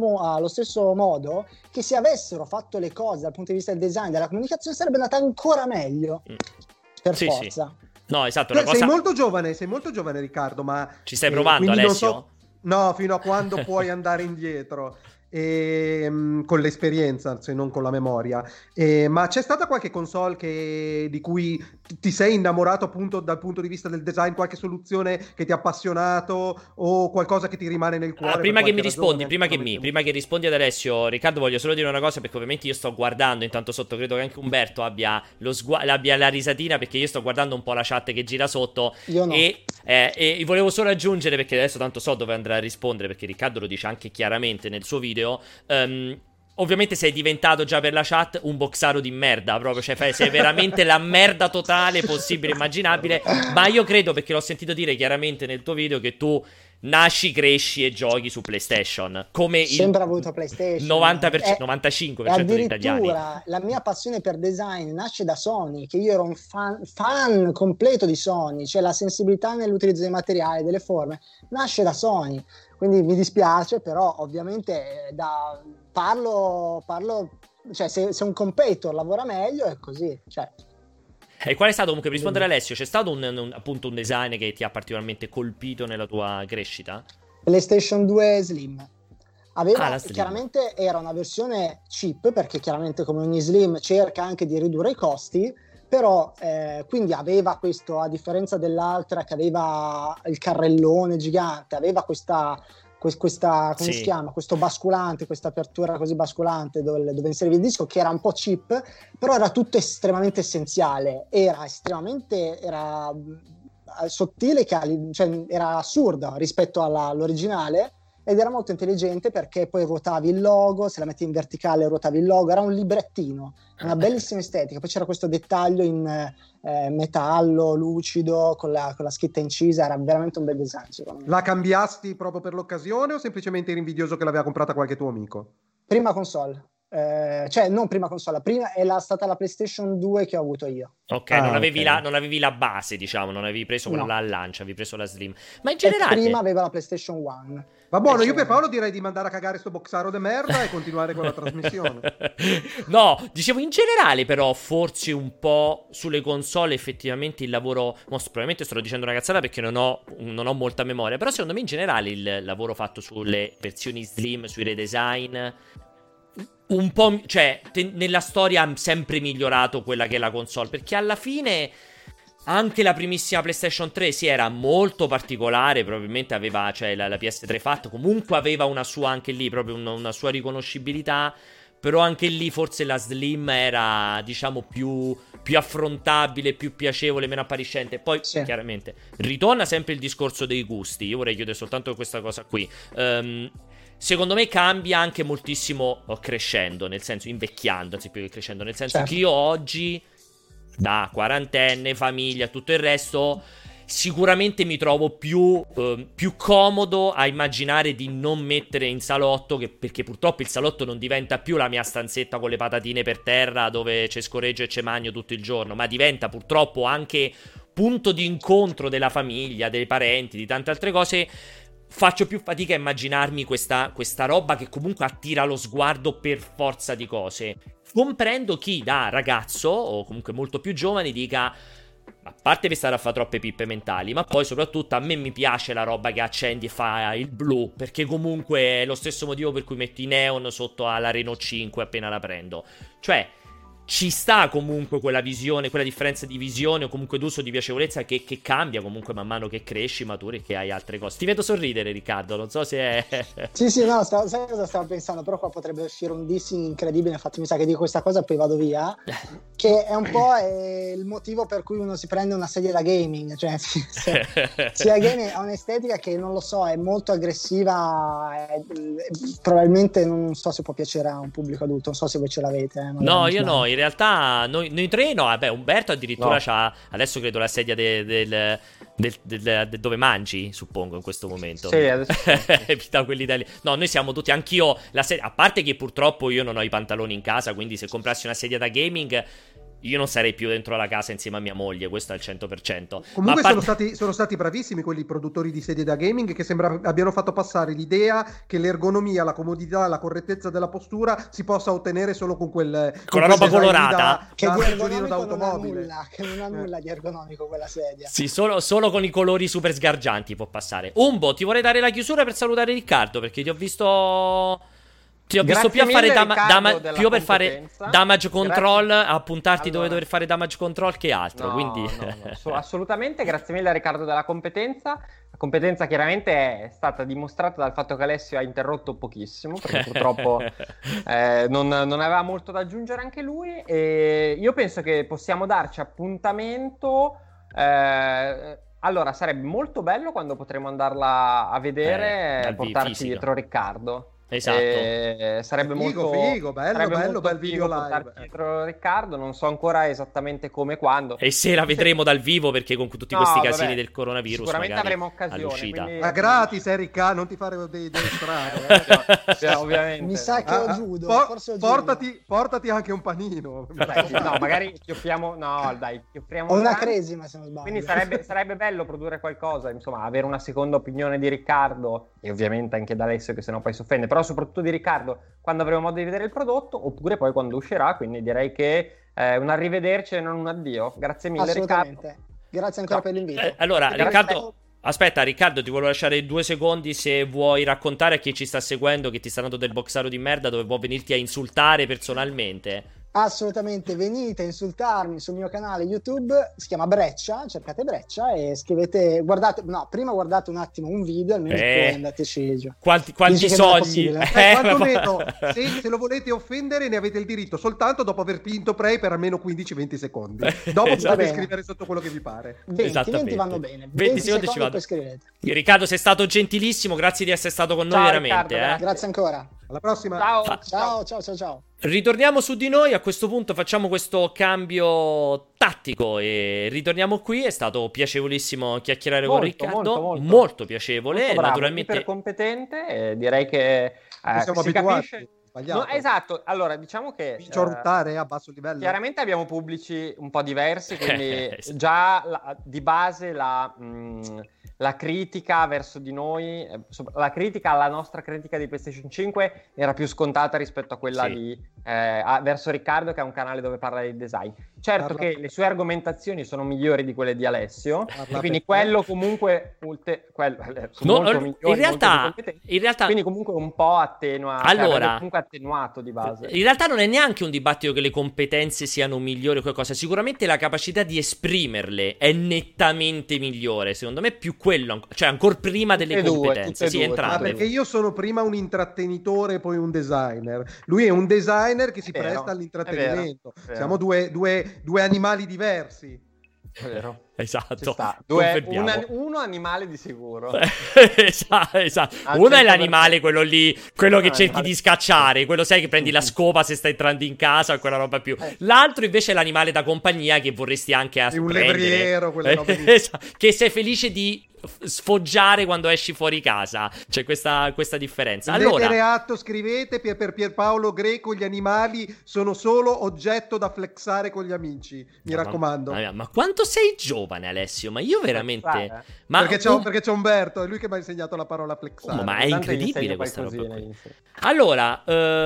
modo che se avessero fatto le cose dal punto di vista del design e della comunicazione sarebbe andata ancora meglio, per forza. Sì. No, esatto, sei molto giovane Riccardo, ma ci stai provando, Alessio? No, fino a quando puoi andare indietro. con l'esperienza, se non con la memoria. Ma c'è stata qualche console di cui ti sei innamorato appunto dal punto di vista del design, qualche soluzione che ti ha appassionato o qualcosa che ti rimane nel cuore? Prima che mi rispondi, prima che rispondi ad Alessio, Riccardo, voglio solo dire una cosa, perché ovviamente io sto guardando intanto sotto, credo che anche Umberto abbia abbia la risatina, perché io sto guardando un po' la chat che gira sotto. Io no. E volevo solo aggiungere, perché adesso tanto so dove andrà a rispondere, perché Riccardo lo dice anche chiaramente nel suo video. Ovviamente sei diventato già per la chat un boxaro di merda, proprio, cioè sei veramente la merda totale possibile, immaginabile. Ma io credo, perché l'ho sentito dire chiaramente nel tuo video, che tu nasci, cresci e giochi su PlayStation, come sempre avuto PlayStation 90%, 95% degli italiani. Addirittura la mia passione per design nasce da Sony, che io ero un fan completo di Sony, cioè la sensibilità nell'utilizzo dei materiali, delle forme, nasce da Sony. Quindi mi dispiace, però ovviamente parlo cioè se un competitor lavora meglio è così, cioè. E qual è stato, comunque, per rispondere a Alessio, c'è stato appunto un design che ti ha particolarmente colpito nella tua crescita? PlayStation 2 Slim. Slim. Chiaramente era una versione cheap, perché chiaramente come ogni Slim cerca anche di ridurre i costi, però quindi aveva questo, a differenza dell'altra che aveva il carrellone gigante, aveva questa come si chiama? Questo basculante, questa apertura così basculante dove inserivi il disco, che era un po' cheap, però era tutto estremamente essenziale, era sottile, cioè era assurdo rispetto all'originale, ed era molto intelligente, perché poi ruotavi il logo, se la metti in verticale ruotavi il logo, era un librettino, una bellissima estetica. Poi c'era questo dettaglio in metallo lucido con la scritta incisa, era veramente un bel design, secondo me. La cambiasti proprio per l'occasione o semplicemente eri invidioso che l'aveva comprata qualche tuo amico? Prima console. Cioè non prima console, prima è stata la PlayStation 2 che ho avuto io. Ok, non avevi la base, diciamo, non avevi preso quella al lancio, avevi preso la Slim. Ma in generale prima aveva la PlayStation 1. Va buono, io per Paolo direi di mandare a cagare sto boxaro de merda e continuare con la trasmissione. No, dicevo in generale, però forse un po' sulle console effettivamente il lavoro, probabilmente sto dicendo una cazzata perché non ho molta memoria, però secondo me in generale il lavoro fatto sulle versioni Slim, sui redesign, un po', cioè nella storia ha sempre migliorato quella che è la console, perché alla fine anche la primissima PlayStation 3 era molto particolare, probabilmente aveva, cioè la PS3 fatta, comunque aveva una sua, anche lì proprio una sua riconoscibilità, però anche lì forse la Slim era, diciamo, più affrontabile, più piacevole, meno appariscente. Poi chiaramente ritorna sempre il discorso dei gusti. Io vorrei chiudere soltanto questa cosa qui. Secondo me cambia anche moltissimo crescendo, nel senso invecchiando, anzi più che crescendo, nel senso che io oggi, da quarantenne, famiglia, tutto il resto, sicuramente mi trovo più comodo a immaginare di non mettere in salotto, perché purtroppo il salotto non diventa più la mia stanzetta con le patatine per terra dove c'è scoreggio e c'è magno tutto il giorno, ma diventa purtroppo anche punto di incontro della famiglia, dei parenti, di tante altre cose. Faccio più fatica a immaginarmi questa roba che comunque attira lo sguardo per forza di cose. Comprendo chi da ragazzo, o comunque molto più giovane, dica: a parte per stare a fare troppe pippe mentali, ma poi soprattutto a me mi piace la roba che accendi e fa il blu, perché comunque è lo stesso motivo per cui metto i neon sotto alla Renault 5 appena la prendo. Cioè, ci sta comunque quella visione, quella differenza di visione o comunque d'uso, di piacevolezza che cambia comunque man mano che cresci, maturi e che hai altre cose. Ti vedo sorridere, Riccardo, non so se è... Sì, no, sai cosa stavo pensando? Però qua potrebbe uscire un dissing incredibile, infatti mi sa che dico questa cosa e poi vado via, che è un po' il motivo per cui uno si prende una sedia da gaming, cioè sia gaming ha un'estetica che, non lo so, è molto aggressiva, probabilmente non so se può piacere a un pubblico adulto, non so se voi ce l'avete. No, io no, in realtà noi tre no, vabbè, Umberto addirittura c'ha adesso credo la sedia dove mangi, suppongo, in questo momento. Sì, adesso quelli no, noi siamo tutti, anch'io la sedia, a parte che purtroppo io non ho i pantaloni in casa, quindi se comprassi una sedia da gaming io non sarei più dentro la casa insieme a mia moglie, questo al 100%. Comunque sono stati bravissimi quelli produttori di sedie da gaming, che sembra abbiano fatto passare l'idea che l'ergonomia, la comodità, la correttezza della postura si possa ottenere solo con con la roba colorata, che di ergonomico non ha nulla di ergonomico quella sedia. Sì, solo con i colori super sgargianti può passare. Umbo, ti vorrei dare la chiusura per salutare Riccardo, perché ti ho visto Ti ho visto più a fare più per fare damage control, Grazie. a puntarti dove Allora. dover fare damage control che altro, No, quindi no, assolutamente, grazie mille a Riccardo della competenza. La competenza chiaramente è stata dimostrata dal fatto che Alessio ha interrotto pochissimo, perché purtroppo non aveva molto da aggiungere anche lui. E io penso che possiamo darci appuntamento. Allora, sarebbe molto bello quando potremo andarla a vedere e portarci fisico. dietro Riccardo. Esatto. Sarebbe Figo, molto figo, bello, sarebbe bello, molto bel video figo live. portarci dietro Riccardo, non so ancora esattamente come e quando. E se la vedremo dal vivo, perché con tutti No, questi vabbè, casini del coronavirus sicuramente magari avremo occasione, all'uscita. quindi- Ma gratis, Erika, non ti fare dei strani. Ovviamente. Mi sa che ho judo, forse ho judo. Portati anche un panino. No, magari ti offriamo. No, dai, ti offriamo. Ho una grande. cresima, se non sbaglio. Quindi sarebbe bello produrre qualcosa, insomma, avere una seconda opinione di Riccardo e ovviamente anche da Alessio, che sennò poi si offende, però soprattutto di Riccardo quando avremo modo di vedere il prodotto, oppure poi quando uscirà. Quindi direi che un arrivederci e non un addio. Grazie mille, Riccardo. Assolutamente. Grazie ancora per l'invito. Allora, Grazie. Riccardo, aspetta, Riccardo, ti volevo lasciare 2 secondi se vuoi raccontare a chi ci sta seguendo che ti sta dando del boxaro di merda dove può venirti a insultare personalmente. Assolutamente, venite a insultarmi sul mio canale YouTube, si chiama Breccia, cercate Breccia e scrivete, prima guardate un attimo un video, almeno poi andateci giù. Quanti Dici che non è sogni? possibile? Quantomeno, se lo volete offendere ne avete il diritto soltanto dopo aver vinto Prey per almeno 15-20 secondi. Dopo Esatto. potete scrivere sotto quello che vi pare. 20 vanno bene, 20 secondi ci vanno. poi scrivete. Riccardo, sei stato gentilissimo, grazie di essere stato con noi Ciao, veramente. Riccardo, Grazie ancora. Alla prossima. Ciao. Ritorniamo su di noi, a questo punto facciamo questo cambio tattico e ritorniamo qui. È stato piacevolissimo chiacchierare con Riccardo, molto piacevole, molto bravo, naturalmente ipercompetente, e direi che siamo si abituati. capisce. Sbagliato. No, esatto, allora diciamo che Comincio a ruttare a basso livello. chiaramente abbiamo pubblici un po' diversi, quindi Sì. già di base la critica verso di noi, la critica alla nostra critica di PlayStation 5 era più scontata rispetto a quella verso Riccardo, che è un canale dove parla di design. Certo che le sue argomentazioni sono migliori di quelle di Alessio, e quindi quello comunque sono molto migliori, in realtà, quindi comunque un po' attenua, allora, comunque attenuato di base. In realtà non è neanche un dibattito che le competenze siano migliori o qualcosa, sicuramente la capacità di esprimerle è nettamente migliore, secondo me più quello, cioè ancora prima delle competenze, sì, entrambe. Perché io sono prima un intrattenitore e poi un designer. Lui è un designer che si vero, presta all'intrattenimento. è vero. Siamo due animali diversi. È vero. Esatto. Uno animale di sicuro. esatto. Uno è l'animale, quello lì, quello che cerchi di scacciare, quello sai che prendi la scopa se stai entrando in casa o quella roba più. L'altro invece è l'animale da compagnia che vorresti anche un levriero, quelle robe lì. che sei felice di sfoggiare quando esci fuori casa. C'è questa differenza. Allora, atto, scrivete per Pierpaolo Greco: gli animali sono solo oggetto da flexare con gli amici. Mi raccomando. Ma quanto sei giovane, Alessio? Ma io veramente. Ma perché c'è Umberto, è lui che mi ha insegnato la parola flexare. Ma è incredibile questa roba qui. Allora,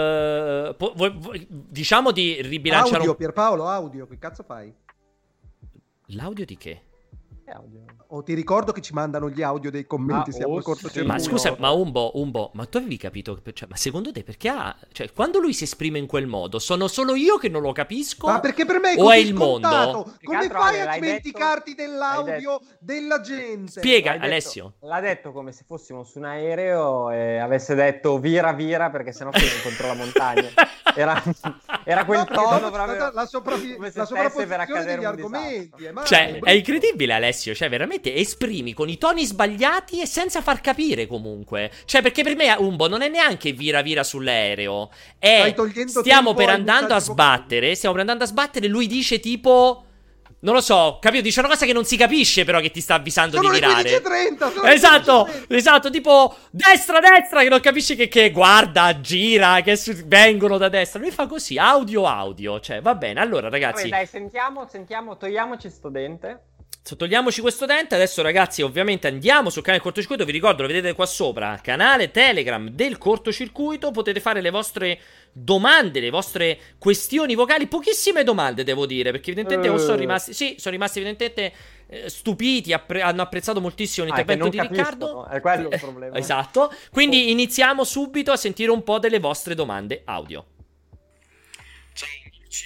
diciamo di ribilanciare audio, Pierpaolo, audio, che cazzo fai? L'audio di che? O ti ricordo che ci mandano gli audio dei commenti, siamo in cortocircuito. Ma scusa, ma Umbo, ma tu avevi capito? Cioè, ma secondo te perché cioè, quando lui si esprime in quel modo, sono solo io che non lo capisco? Ma perché per me è o così è il scontato? mondo? Come fai a dimenticarti dell'audio della gente? Spiega, Alessio. L'ha detto come se fossimo su un aereo e avesse detto vira perché sennò poi incontro la montagna. Era quel tono proprio, la sovrapposizione degli argomenti. Cioè, è incredibile, Alessio. Cioè, veramente esprimi con i toni sbagliati e senza far capire comunque. Cioè, perché per me Umbo non è neanche vira stiamo per andando a sbattere, lui dice tipo, non lo so, capito? Dice una cosa che non si capisce, però che ti sta avvisando di virare. 15:30, esatto, tipo destra, che non capisci che guarda, gira, che vengono da destra. Lui fa così, audio. Cioè, va bene. Allora, ragazzi, vabbè, dai, sentiamo, togliamoci sto dente. Togliamoci questo dente. Adesso, ragazzi, ovviamente andiamo sul canale del cortocircuito. Vi ricordo, lo vedete qua sopra, canale Telegram del cortocircuito. Potete fare le vostre domande, le vostre questioni vocali. Pochissime domande, devo dire, perché evidentemente sono rimasti evidentemente stupiti. Hanno apprezzato moltissimo l'intervento di Riccardo. È quello il problema. Esatto. Quindi iniziamo subito a sentire un po' delle vostre domande audio. Ciao amici,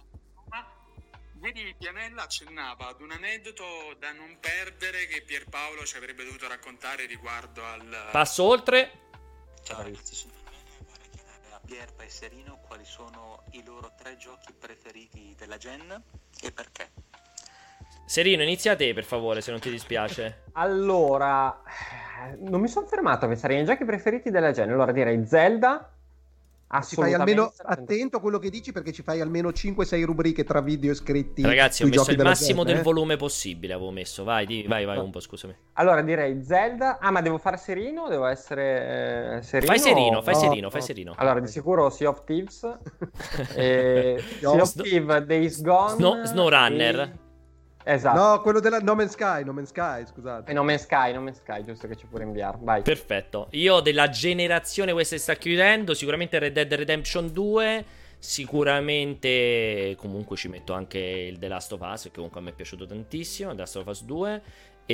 ieri Pianella accennava ad un aneddoto da non perdere che Pierpaolo ci avrebbe dovuto raccontare riguardo al... Passo oltre. Ciao ragazzi, sono vorrei chiedere a Pierpa e Serino quali sono i loro 3 giochi preferiti della Gen e perché. Serino, inizia te, per favore, se non ti dispiace. Allora, non mi sono fermato a pensare ai giochi preferiti della Gen. Allora direi Zelda. Ci fai almeno attento a quello che dici, perché ci fai almeno 5-6 rubriche tra video e scritti. Ragazzi, ho sui messo giochi il della massimo Gen, del volume possibile. Avevo messo. Vai, un po', scusami. Allora direi Zelda. Ah, ma devo fare Serino? Devo essere Serino? Fai Serino. Allora, di sicuro Sea of Thieves. Sea of Thieves, Days Gone. SnowRunner. Esatto. No, quello della No Man's Sky, scusate. No Man's Sky, giusto che ci può rinviare. Vai. Perfetto. Io della generazione questa che sta chiudendo, sicuramente Red Dead Redemption 2, sicuramente comunque ci metto anche il The Last of Us, che comunque a me è piaciuto tantissimo, The Last of Us 2,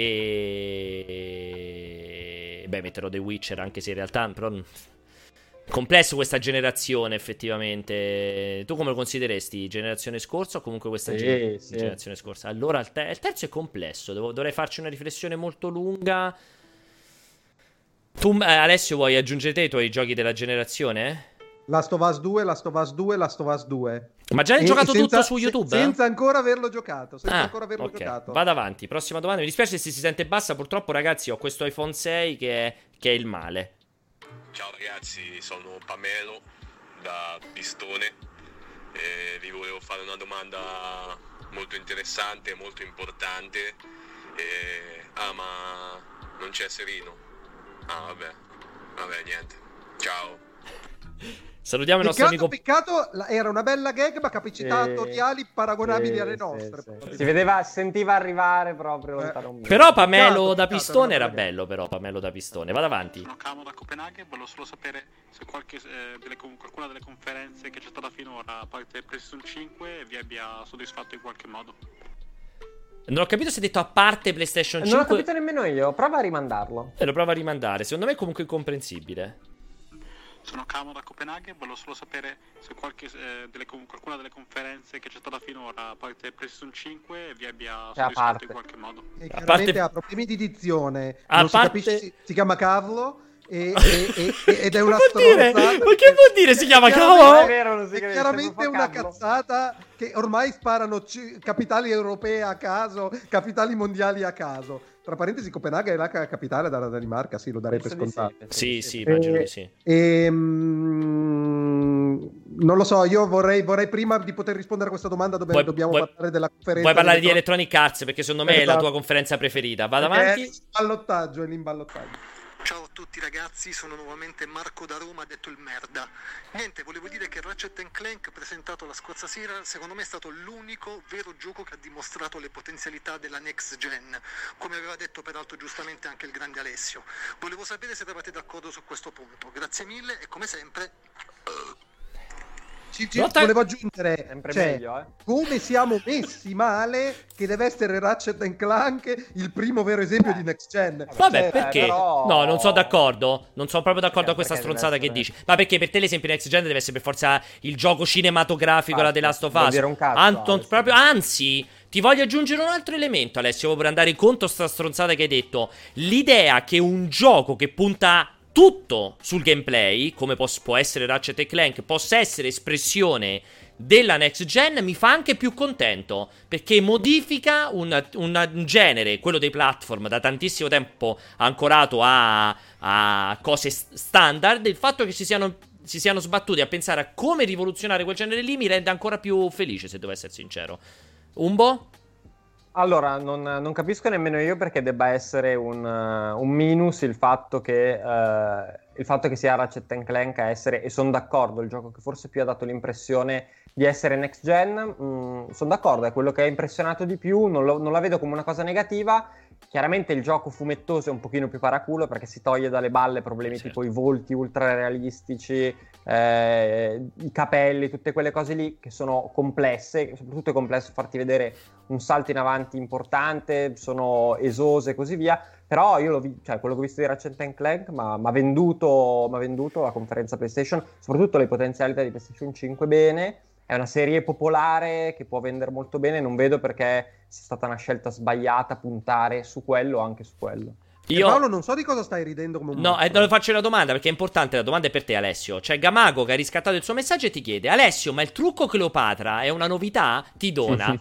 e metterò The Witcher, anche se in realtà però complesso questa generazione, effettivamente. Tu come lo consideresti? Generazione scorsa o comunque questa generazione scorsa? Allora il terzo è complesso, dovrei farci una riflessione molto lunga. Tu, Alessio, vuoi aggiungere te i tuoi giochi della generazione? Last of Us 2. Ma già hai giocato tutto su YouTube? Senza ancora averlo giocato. Giocato. Vado avanti, prossima domanda. Mi dispiace se si sente bassa, purtroppo ragazzi ho questo iPhone 6 che è il male. Ciao ragazzi, sono Pamelo da Pistone e vi volevo fare una domanda molto interessante, molto importante. Ma non c'è Serino? Ah vabbè niente, ciao. Salutiamo il nostro amico. Peccato, era una bella gag, ma capacità attoriali paragonabili alle nostre. Si sentiva arrivare proprio lontano. Però Pamelo da Pistone era bello, Pamelo da Pistone. Vado avanti. Sono Camo da Copenaghen, volevo solo sapere se qualcuna delle conferenze che c'è stata finora, a parte PlayStation 5, vi abbia soddisfatto in qualche modo. Non ho capito se hai detto a parte PlayStation 5. Non ho capito nemmeno io, prova a rimandarlo. Lo provo a rimandare, secondo me è comunque incomprensibile. Sono Camo da Copenaghen, volevo solo sapere se qualcuna delle conferenze che c'è stata finora, a parte PlayStation 5, vi abbia soddisfatto in qualche modo. E chiaramente ha problemi di dizione, capisce, si chiama Carlo ed è una stronzata. Ma che vuol dire si chiama Carlo? È chiaramente una cazzata che ormai sparano capitali europee a caso, capitali mondiali a caso. Tra parentesi, Copenaghen è la capitale della Danimarca, sì, lo darei per scontato. Sì, immagino di sì. Non lo so, io vorrei prima di poter rispondere a questa domanda dobbiamo parlare della conferenza. Vuoi parlare di Electronic Arts, perché secondo me è la tua conferenza preferita. Vado avanti. È l'imballottaggio. Ciao a tutti ragazzi, sono nuovamente Marco da Roma, detto il merda. Niente, volevo dire che Ratchet Clank, presentato la scorsa sera, secondo me è stato l'unico vero gioco che ha dimostrato le potenzialità della next gen, come aveva detto peraltro giustamente anche il grande Alessio. Volevo sapere se eravate d'accordo su questo punto. Grazie mille e come sempre... Volevo aggiungere, meglio, come siamo messi male che deve essere Ratchet Clank il primo vero esempio di next gen. Vabbè, perché? No, non sono d'accordo. Non sono proprio d'accordo a questa stronzata che dici. Ma perché per te l'esempio next gen deve essere per forza il gioco cinematografico, la The Last of Us? Anzi, ti voglio aggiungere un altro elemento, Alessio, per andare contro sta stronzata che hai detto. L'idea che un gioco che punta tutto sul gameplay, come può essere Ratchet Clank, possa essere espressione della next gen, mi fa anche più contento, perché modifica un genere, quello dei platform, da tantissimo tempo ancorato a cose standard. Il fatto che si siano sbattuti a pensare a come rivoluzionare quel genere lì mi rende ancora più felice, se devo essere sincero. Umbo? Allora, non capisco nemmeno io perché debba essere un minus il fatto che sia Ratchet Clank a essere, e sono d'accordo, il gioco che forse più ha dato l'impressione di essere next gen. Sono d'accordo, è quello che ha impressionato di più, non la vedo come una cosa negativa. Chiaramente il gioco fumettoso è un pochino più paraculo perché si toglie dalle balle problemi tipo i volti ultra realistici, i capelli, tutte quelle cose lì che sono complesse, soprattutto è complesso farti vedere un salto in avanti importante, sono esose e così via. Però io cioè, quello che ho visto di Ratchet & Clank mi ha venduto la conferenza PlayStation, soprattutto le potenzialità di PlayStation 5 bene. È una serie popolare che può vendere molto bene, non vedo perché sia stata una scelta sbagliata puntare su quello o anche su quello. Paolo, non so di cosa stai ridendo come un No, faccio una domanda perché è importante, la domanda è per te, Alessio. C'è Gamago che ha riscattato il suo messaggio e ti chiede: Alessio, ma il trucco Cleopatra è una novità? Ti dona.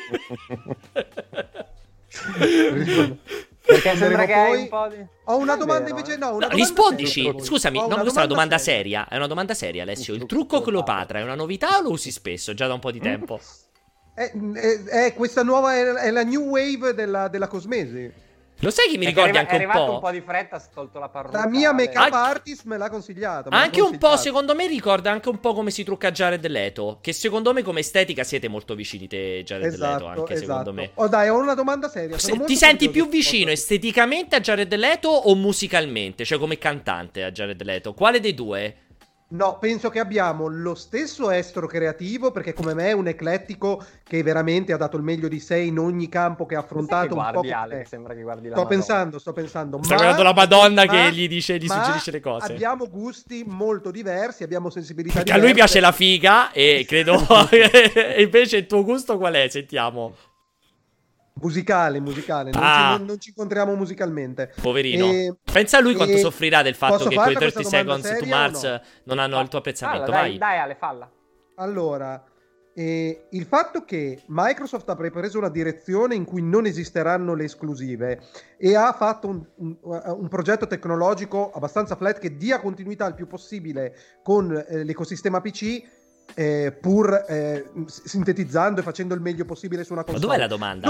Perché sembra che hai un po' di... Ho una domanda invece, no, una domanda rispondici, seria. scusami, no, questa è una domanda seria. È una domanda seria, Alessio. Il trucco Cleopatra è una novità o lo usi spesso, già da un po' di tempo? Questa nuova è la new wave della cosmesi. Lo sai che mi ricordi anche un po'? È arrivato un po' di fretta, si è tolto la parrucca. La mia make-up artist me l'ha consigliato. Anche un po', secondo me, ricorda anche un po' come si trucca Jared Leto. Che secondo me come estetica siete molto vicini te, Jared Leto, anche secondo me. Oh dai, ho una domanda seria. Ti senti più vicino esteticamente a Jared Leto o musicalmente? Cioè come cantante a Jared Leto? Quale dei due? No, penso che abbiamo lo stesso estro creativo, perché come me è un eclettico che veramente ha dato il meglio di sé in ogni campo che ha affrontato. Sembra che guardi la Sto pensando. Sta guardando la Madonna che gli suggerisce le cose. Abbiamo gusti molto diversi, abbiamo sensibilità perché diverse. A lui piace la figa e credo... e invece il tuo gusto qual è? Sentiamo. Musicale, non ci incontriamo musicalmente. Poverino. Pensa a lui quanto soffrirà del fatto che quei 30 Seconds to Mars non hanno il tuo apprezzamento. Vai. Dai Ale, falla. Allora, il fatto che Microsoft ha preso una direzione in cui non esisteranno le esclusive e ha fatto un progetto tecnologico abbastanza flat che dia continuità il più possibile con l'ecosistema PC, pur sintetizzando e facendo il meglio possibile su una console. Ma dov'è la domanda?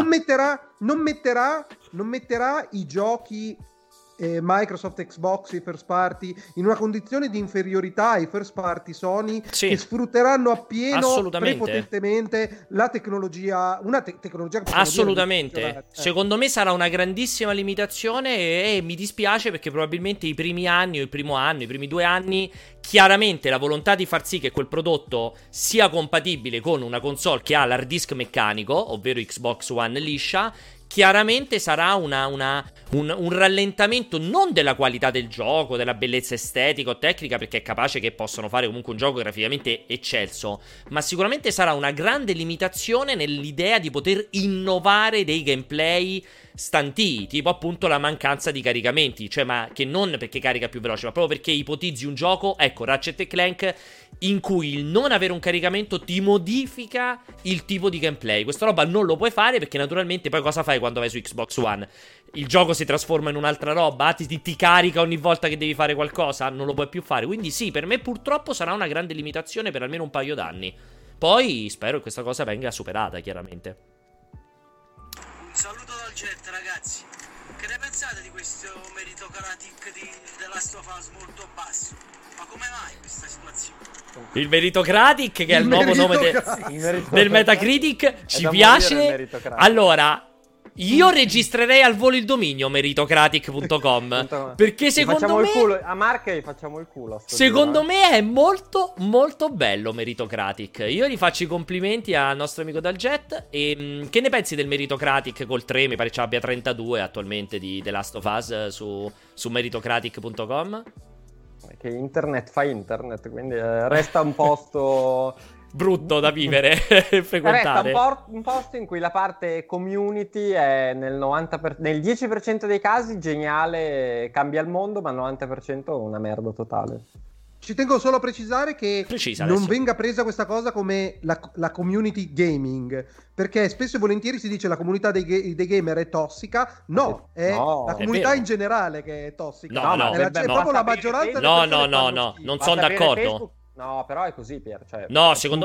Non metterà i giochi Microsoft, Xbox, i first party in una condizione di inferiorità ai first party Sony, che sfrutteranno appieno prepotentemente la tecnologia, tecnologia che assolutamente. Secondo me sarà una grandissima limitazione e mi dispiace perché probabilmente i primi 2 anni chiaramente la volontà di far sì che quel prodotto sia compatibile con una console che ha l'hard disk meccanico, ovvero Xbox One liscia, chiaramente sarà un rallentamento non della qualità del gioco, della bellezza estetica o tecnica, perché è capace che possono fare comunque un gioco graficamente eccelso, ma sicuramente sarà una grande limitazione nell'idea di poter innovare dei gameplay stantii, tipo appunto la mancanza di caricamenti, cioè ma che non perché carica più veloce, ma proprio perché ipotizzi un gioco, ecco Ratchet & Clank, in cui il non avere un caricamento ti modifica il tipo di gameplay. Questa roba non lo puoi fare perché naturalmente poi cosa fai quando vai su Xbox One? Il gioco si trasforma in un'altra roba, ti carica ogni volta che devi fare qualcosa, non lo puoi più fare. Quindi sì, per me purtroppo sarà una grande limitazione per almeno un paio d'anni. Poi spero che questa cosa venga superata, chiaramente. Un saluto dal Jet, ragazzi. Che ne pensate di questo meritocratic di The Last of Us molto basso? Ma come mai questa situazione? Il Meritocratic, che è il nuovo nome del Metacritic, ci piace. Allora, io registrerei al volo il dominio meritocratic.com perché secondo me a Mark gli facciamo il culo. Secondo me è molto molto bello Meritocratic. Io gli faccio i complimenti al nostro amico Dal Jet. E che ne pensi del Meritocratic col 3? Mi pare ci abbia 32 attualmente di The Last of Us su meritocratic.com. Che internet fa internet, quindi resta un posto brutto da vivere e frequentare. Resta un posto in cui la parte community è nel 10% dei casi geniale, cambia il mondo, ma il 90% è una merda totale. Ci tengo solo a precisare che non venga presa questa cosa come la community gaming, perché spesso e volentieri si dice la comunità dei gamer è tossica. No, è la comunità in generale che è tossica. È proprio la maggioranza. No, non sono d'accordo. No, però è così, Pier. Cioè, no, secondo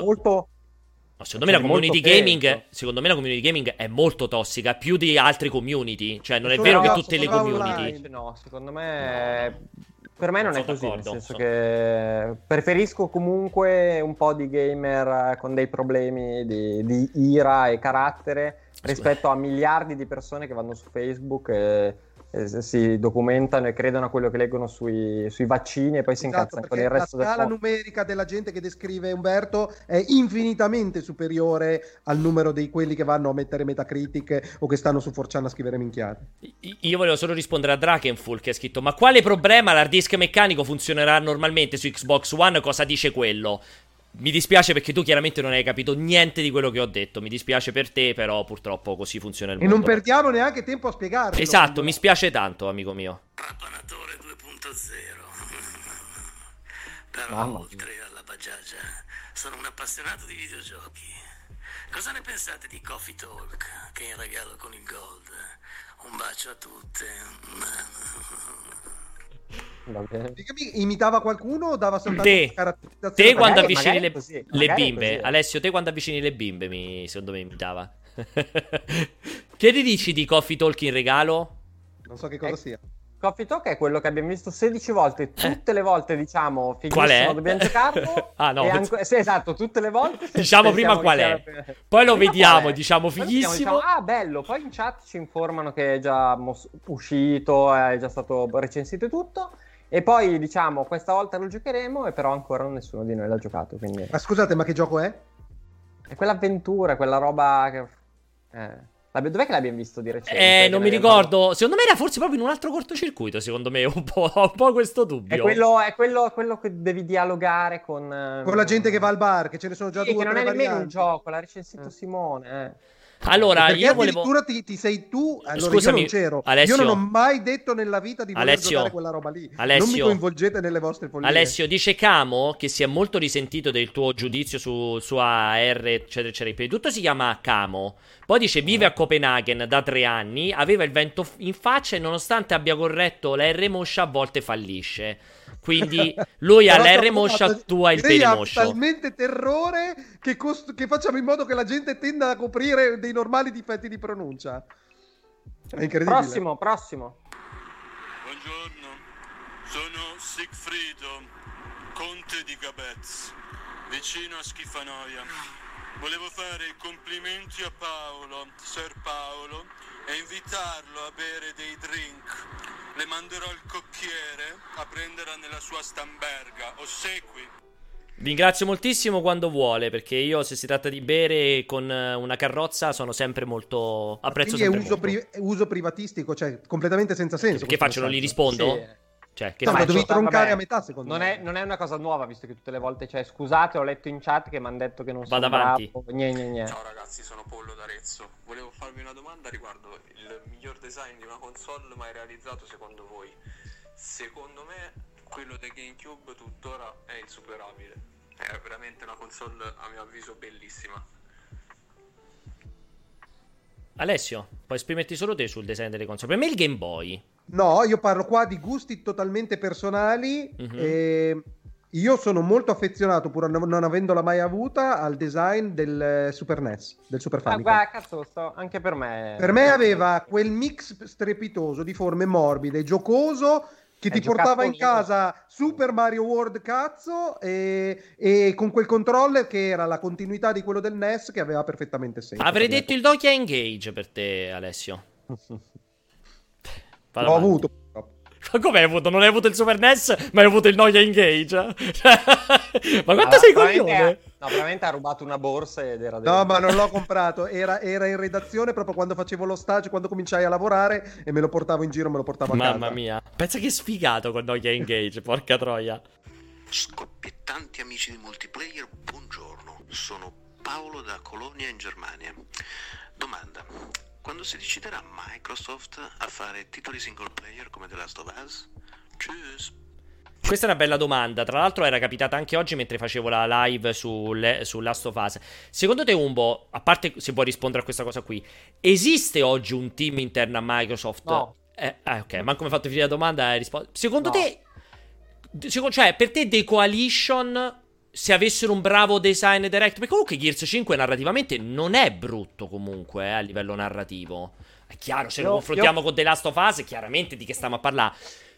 me la community gaming è molto tossica, più di altre community. Cioè, non è vero che tutte le community. No, secondo me Per me non è così, nel senso che preferisco comunque un po' di gamer con dei problemi di ira e carattere rispetto a miliardi di persone che vanno su Facebook e si documentano e credono a quello che leggono sui vaccini e poi si incazzano con il resto del mondo. La scala numerica della gente che descrive Umberto è infinitamente superiore al numero di quelli che vanno a mettere Metacritic o che stanno su 4chan a scrivere minchiate. Io volevo solo rispondere a Drakenful che ha scritto: ma quale problema? L'hard disk meccanico funzionerà normalmente su Xbox One? Cosa dice quello? Mi dispiace perché tu chiaramente non hai capito niente di quello che ho detto. Mi dispiace per te, però purtroppo così funziona il mondo. E non perdiamo neanche tempo a spiegarlo. Esatto, mi spiace tanto, amico mio. Rappanatore 2.0. Però oltre alla bagiagia, sono un appassionato di videogiochi. Cosa ne pensate di Coffee Talk, che in regalo con il Gold? Un bacio a tutte. Imitava qualcuno o dava soltanto te quando avvicini le bimbe così. Alessio, te quando avvicini le bimbe secondo me imitava. Che ne dici di Coffee Talk in regalo? Non so che cosa sia. Coffee Talk è quello che abbiamo visto 16 volte, tutte le volte diciamo fighissimo, dobbiamo giocarlo. Ah no, sì, esatto, tutte le volte diciamo prima qual è, poi lo vediamo, diciamo fighissimo, diciamo, bello, poi in chat ci informano che è già uscito, è già stato recensito e tutto. E poi diciamo questa volta lo giocheremo e però ancora nessuno di noi l'ha giocato, quindi... Ma scusate, ma che gioco è? È quell'avventura, quella roba che... Dov'è che l'abbiamo visto di recente? Non mi ricordo. Secondo me era forse proprio in un altro cortocircuito. Secondo me un po' questo dubbio. È quello che devi dialogare con la gente che va al bar, che ce ne sono già due. Che non è nemmeno un gioco, l'ha recensito Simone. Allora, perché io volevo... addirittura ti sei tu, allora scusami, io non c'ero. Alessio... Io non ho mai detto nella vita di voler giocare quella roba lì. Non mi coinvolgete nelle vostre follie. Alessio, dice Camo che si è molto risentito del tuo giudizio su AR, eccetera, eccetera. Tutto si chiama Camo. Poi dice vive a Copenaghen da 3 anni, aveva il vento in faccia e nonostante abbia corretto la R moscia a volte fallisce. Quindi lui ha la R moscia, tu hai il pene moscio. Ha talmente terrore che facciamo in modo che la gente tenda a coprire dei normali difetti di pronuncia. È incredibile. Prossimo. Buongiorno, sono Sigfrido, conte di Gabez, vicino a Schifanoia. Volevo fare i complimenti a Paolo, Ser Paolo, e invitarlo a bere dei drink. Le manderò il cocchiere a prenderla nella sua stamberga. Ossequi. Vi ringrazio moltissimo quando vuole, perché io se si tratta di bere con una carrozza sono sempre molto... apprezzo quindi sempre è uso privatistico, cioè completamente senza senso. Che faccio, non gli rispondo? Sì. Cioè, che ma devi troncare a metà, secondo me. Non è una cosa nuova, visto che tutte le volte scusate, ho letto in chat che mi hanno detto che non sono bravo. Ciao ragazzi, sono Pollo d'Arezzo. Volevo farvi una domanda riguardo il miglior design di una console mai realizzato secondo voi. Secondo me quello del GameCube tuttora è insuperabile. È veramente una console a mio avviso bellissima. Alessio, puoi esprimerti solo te sul design delle console. Per me il Game Boy. No, io parlo qua di gusti totalmente personali. E io sono molto affezionato, pur non avendola mai avuta, al design del Super NES, del Super Famicom. Cazzo, anche per me. Per me aveva quel mix strepitoso di forme morbide, giocoso, che ti portava in casa Super Mario World cazzo e con quel controller che era la continuità di quello del NES, che aveva perfettamente senso. Avrei detto il Nokia Engage per te, Alessio. L'ho avuto. Ma come hai avuto? Non hai avuto il Super NES, ma hai avuto il Nokia Engage? Ma quanto sei coglione? No, veramente ha rubato una borsa ed era... No, ma non l'ho comprato, era in redazione proprio quando facevo lo stage, quando cominciai a lavorare, e me lo portavo in giro, me lo portavo a casa. Mamma mia, pensa che sfigato con Nokia Engage, porca troia. Scoppiettanti amici di multiplayer, buongiorno, sono Paolo da Colonia in Germania. Domanda: quando si deciderà Microsoft a fare titoli single player come The Last of Us? Tschüss. Questa è una bella domanda. Tra l'altro era capitata anche oggi mentre facevo la live su Last of Us. Secondo te, Umbo, a parte se vuoi rispondere a questa cosa qui, esiste oggi un team interno a Microsoft? No. Ok, manco mi hai fatto finire la domanda e rispondo. Secondo te, cioè per te The Coalition, se avessero un bravo design direct, perché comunque Gears 5 narrativamente non è brutto comunque a livello narrativo. È chiaro, se lo confrontiamo con The Last of Us, chiaramente di che stiamo a parlare.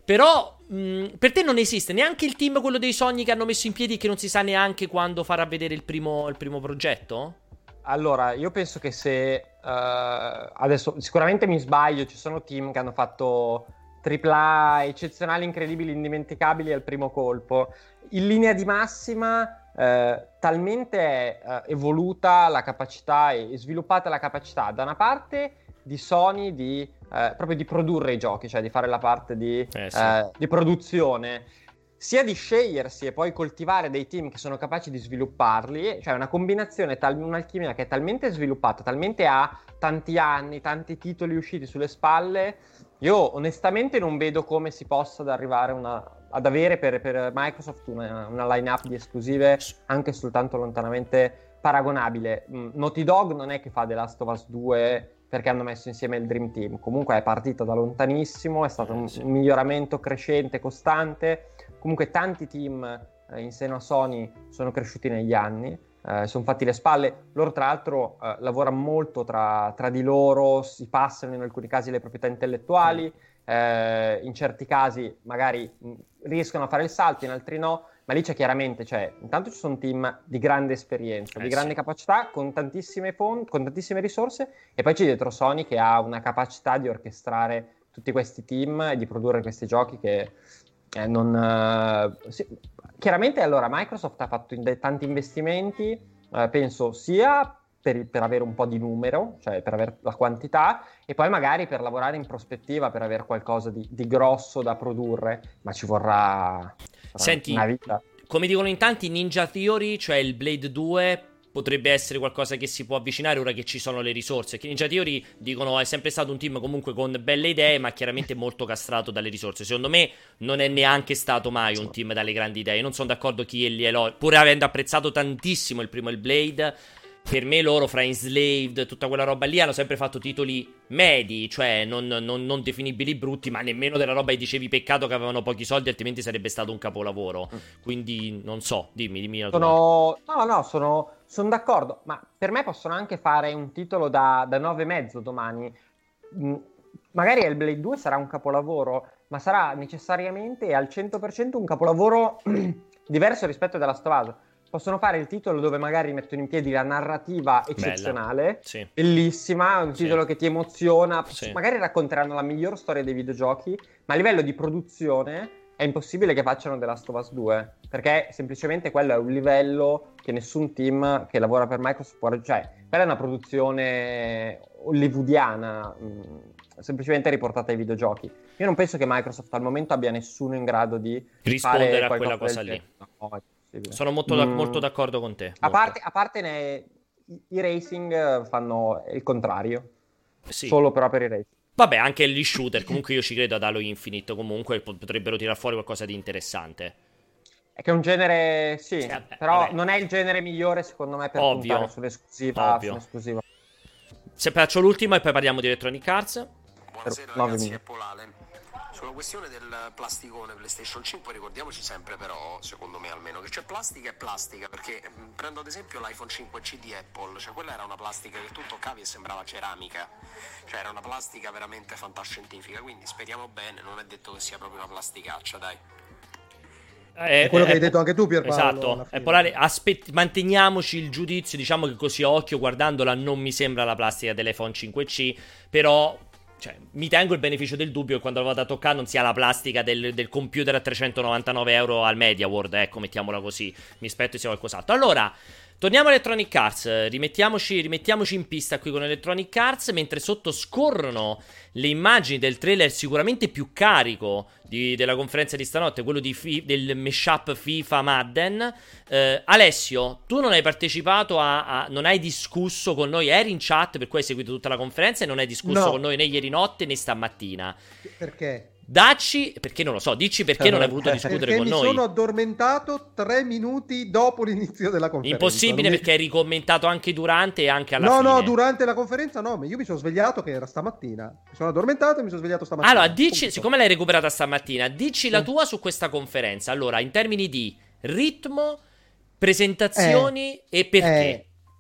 Però per te non esiste neanche il team, quello dei sogni che hanno messo in piedi, che non si sa neanche quando farà vedere il primo progetto? Allora, io penso che se adesso sicuramente mi sbaglio, ci sono team che hanno fatto AAA eccezionali, incredibili, indimenticabili al primo colpo. In linea di massima talmente è evoluta la capacità e sviluppata la capacità da una parte di Sony di proprio di produrre i giochi, cioè di fare la parte di produzione, sia di scegliersi e poi coltivare dei team che sono capaci di svilupparli, cioè una combinazione, un'alchimia che è talmente sviluppata, talmente ha tanti anni, tanti titoli usciti sulle spalle. Io onestamente non vedo come si possa arrivare ad avere per Microsoft una line-up di esclusive anche soltanto lontanamente paragonabile. Naughty Dog non è che fa The Last of Us 2 perché hanno messo insieme il Dream Team, comunque è partita da lontanissimo, è stato un miglioramento crescente, costante. Comunque tanti team in seno a Sony sono cresciuti negli anni, sono fatti le spalle. Loro tra l'altro lavorano molto tra di loro, si passano in alcuni casi le proprietà intellettuali, in certi casi magari riescono a fare il salto, in altri no, ma lì c'è chiaramente, intanto ci sono team di grande esperienza, di grande capacità, con tantissime fonti, con tantissime risorse, e poi c'è dietro Sony che ha una capacità di orchestrare tutti questi team e di produrre questi giochi che chiaramente allora Microsoft ha fatto tanti investimenti, penso sia per avere un po' di numero, cioè per avere la quantità, e poi magari per lavorare in prospettiva, per avere qualcosa di grosso da produrre, ma ci vorrà una vita. Come dicono in tanti, Ninja Theory, cioè il Blade 2, potrebbe essere qualcosa che si può avvicinare ora che ci sono le risorse. Che Ninja Theory, dicono, è sempre stato un team comunque con belle idee, ma chiaramente molto castrato dalle risorse. Secondo me non è neanche stato mai un team dalle grandi idee. Non sono d'accordo chi glielo, pur avendo apprezzato tantissimo il primo, il Blade. Per me loro, fra Enslaved, tutta quella roba lì, hanno sempre fattu titoli medi, cioè non definibili brutti, ma nemmeno della roba che dicevi peccato che avevano pochi soldi, altrimenti sarebbe stato un capolavoro. Quindi non so, dimmi la tua. Sono d'accordo, ma per me possono anche fare un titolo da 9,5 domani. Magari Hellblade 2 sarà un capolavoro, ma sarà necessariamente al 100% un capolavoro diverso rispetto alla Last of Us. Possono fare il titolo dove magari mettono in piedi la narrativa eccezionale, bellissima, un titolo che ti emoziona, magari racconteranno la miglior storia dei videogiochi, ma a livello di produzione è impossibile che facciano The Last of Us 2, perché semplicemente quello è un livello che nessun team che lavora per Microsoft può, cioè quella è una produzione hollywoodiana, semplicemente riportata ai videogiochi. Io non penso che Microsoft al momento abbia nessuno in grado di rispondere a quella cosa lì. Sono molto d'accordo con te. A parte i racing fanno il contrario. Solo però per i racing. Vabbè, anche gli shooter, comunque io ci credo ad Halo Infinite, comunque potrebbero tirar fuori qualcosa di interessante. È che è un genere, però non è il genere migliore secondo me per puntare sull'esclusiva. Se faccio l'ultima e poi parliamo di Electronic Arts. Buonasera ragazzi, è Polale. Sulla questione del plasticone PlayStation 5 ricordiamoci sempre però, secondo me almeno, che c'è plastica e plastica, perché prendo ad esempio l'iPhone 5C di Apple, cioè quella era una plastica che tu toccavi e sembrava ceramica, cioè era una plastica veramente fantascientifica, quindi speriamo bene, non è detto che sia proprio una plasticaccia, dai. È quello che hai detto anche tu, Pierpaolo. Esatto, manteniamoci il giudizio, diciamo che così a occhio guardandola non mi sembra la plastica dell'iPhone 5C, però mi tengo il beneficio del dubbio che quando la vado a toccare non sia la plastica del computer a 399 euro al MediaWorld, ecco, mettiamola così. Mi aspetto sia qualcos'altro. Allora, torniamo a Electronic Arts, rimettiamoci in pista qui con Electronic Arts, mentre sotto scorrono le immagini del trailer sicuramente più carico della conferenza di stanotte, quello del mashup FIFA Madden. Alessio, tu non hai partecipato non hai discusso con noi, eri in chat per cui hai seguito tutta la conferenza e non hai discusso con noi né ieri notte né stamattina. Perché? Perché non lo so, dici perché non hai voluto discutere con noi. Mi sono addormentato 3 minuti dopo l'inizio della conferenza. Impossibile, perché hai ricommentato anche durante e anche alla fine. No, durante la conferenza no, ma io mi sono svegliato che era stamattina. Mi sono addormentato e mi sono svegliato stamattina. Allora, siccome l'hai recuperata stamattina, dici la tua su questa conferenza. Allora, in termini di ritmo, presentazioni e perché.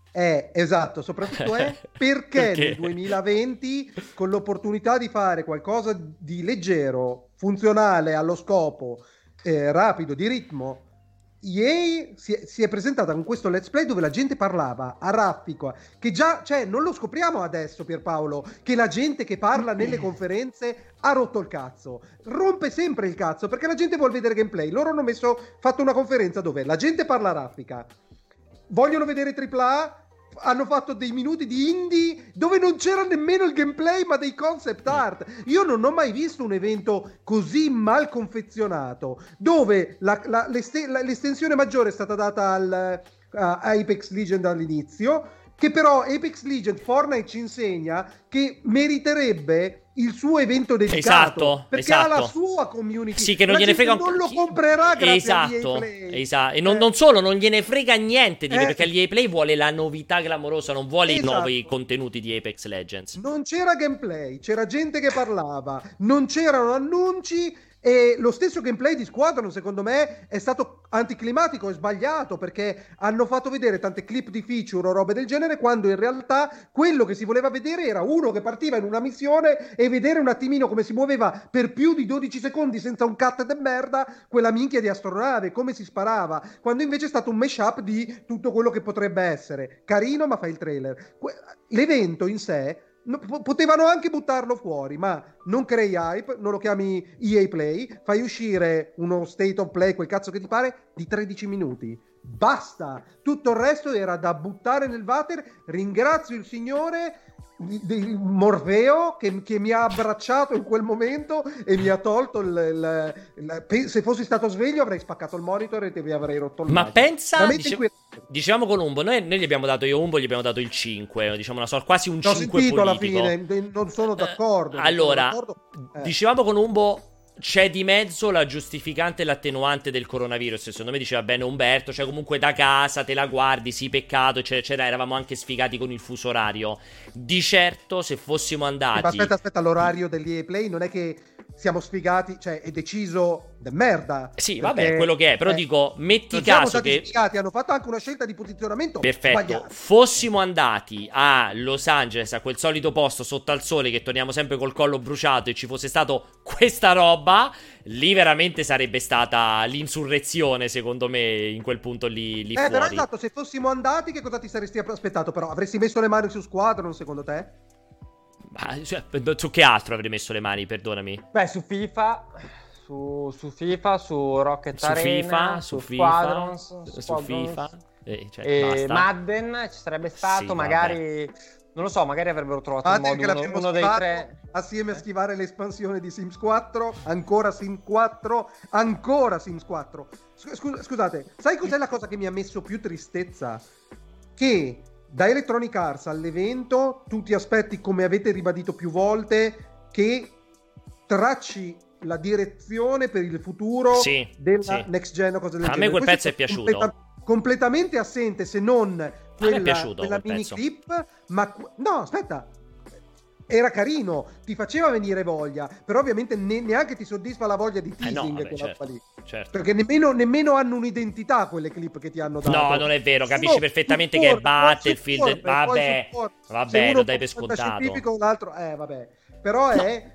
Esatto, soprattutto perché nel 2020, con l'opportunità di fare qualcosa di leggero, funzionale, allo scopo, rapido, di ritmo, EA si è presentata con questo let's play dove la gente parlava a raffica, che già, cioè, non lo scopriamo adesso, Pierpaolo, che la gente che parla nelle conferenze ha rotto il cazzo, rompe sempre il cazzo, perché la gente vuole vedere gameplay. Loro hanno fatto una conferenza dove la gente parla a raffica, vogliono vedere AAA, hanno fatto dei minuti di indie dove non c'era nemmeno il gameplay ma dei concept art. Io non ho mai visto un evento così mal confezionato, dove l'estensione maggiore è stata data a Apex Legends all'inizio, che però Apex Legends, Fortnite ci insegna che meriterebbe il suo evento dedicato, perché ha la sua community. Sì, che non gliene frega, non lo comprerà grazie a EA Play. E non solo, non gliene frega niente perché l'EA Play vuole la novità clamorosa, non vuole i nuovi contenuti di Apex Legends. Non c'era gameplay, c'era gente che parlava, non c'erano annunci. E lo stesso gameplay di Squadron, secondo me, è stato anticlimatico e sbagliato, perché hanno fatto vedere tante clip di feature o robe del genere, quando in realtà quello che si voleva vedere era uno che partiva in una missione e vedere un attimino come si muoveva per più di 12 secondi senza un cut de merda quella minchia di astronave, come si sparava, quando invece è stato un mashup di tutto quello che potrebbe essere. Carino, ma fai il trailer. L'evento in sé potevano anche buttarlo fuori, ma non crei hype, non lo chiami EA Play, fai uscire uno state of play, quel cazzo che ti pare, di 13 minuti. Basta! Tutto il resto era da buttare nel water. Ringrazio il signore Morfeo che mi ha abbracciato in quel momento e mi ha tolto se fossi stato sveglio avrei spaccato il monitor e ti avrei rotto il ma naso. Pensa, diciamo con Umbo, noi gli abbiamo dato, gli abbiamo dato il 5, diciamo quasi un 5 politico. Alla fine non sono d'accordo. Allora, dicevamo con Umbo, c'è di mezzo la giustificante e l'attenuante del coronavirus. Secondo me diceva bene Umberto, cioè comunque da casa te la guardi, sì, peccato, eccetera. Eravamo anche sfigati con il fuso orario. Di certo, se fossimo andati... Ma aspetta, l'orario dell'EA Play non è che siamo sfigati, cioè è deciso da merda. Sì, vabbè, quello che è, però dico, metti non caso siamo stati che sfigati, hanno fatto anche una scelta di posizionamento perfetto, sbagliata. Fossimo andati a Los Angeles, a quel solito posto sotto al sole che torniamo sempre col collo bruciato, e ci fosse stato questa roba, lì veramente sarebbe stata l'insurrezione, secondo me, in quel punto lì fuori. Però esatto, se fossimo andati, che cosa ti saresti aspettato? Però avresti messo le mani su Squadron, secondo te? Su che altro avrei messo le mani, perdonami? Beh, su FIFA, su Rocket Arena, su Squadrons, su FIFA e Madden ci sarebbe stato, sì, magari vabbè. Non lo so, magari avrebbero trovato il modo, uno dei tre, assieme a schivare l'espansione di Sims 4, ancora Sims 4, ancora Sims 4. Scusate, sai cos'è la cosa che mi ha messo più tristezza? Che da Electronic Arts all'evento tu ti aspetti, come avete ribadito più volte, che tracci la direzione per il futuro della next gen o cose del genere. A me quel pezzo è piaciuto. Completamente assente, se non quella mini pezzo. clip, ma no, aspetta, era carino, ti faceva venire voglia, però ovviamente neanche ti soddisfa la voglia di teasing, certo. Perché nemmeno hanno un'identità quelle clip che ti hanno dato. No, non è vero, capisci perfettamente che è Battlefield, vabbè, lo dai per scontato. L'altro, vabbè, però è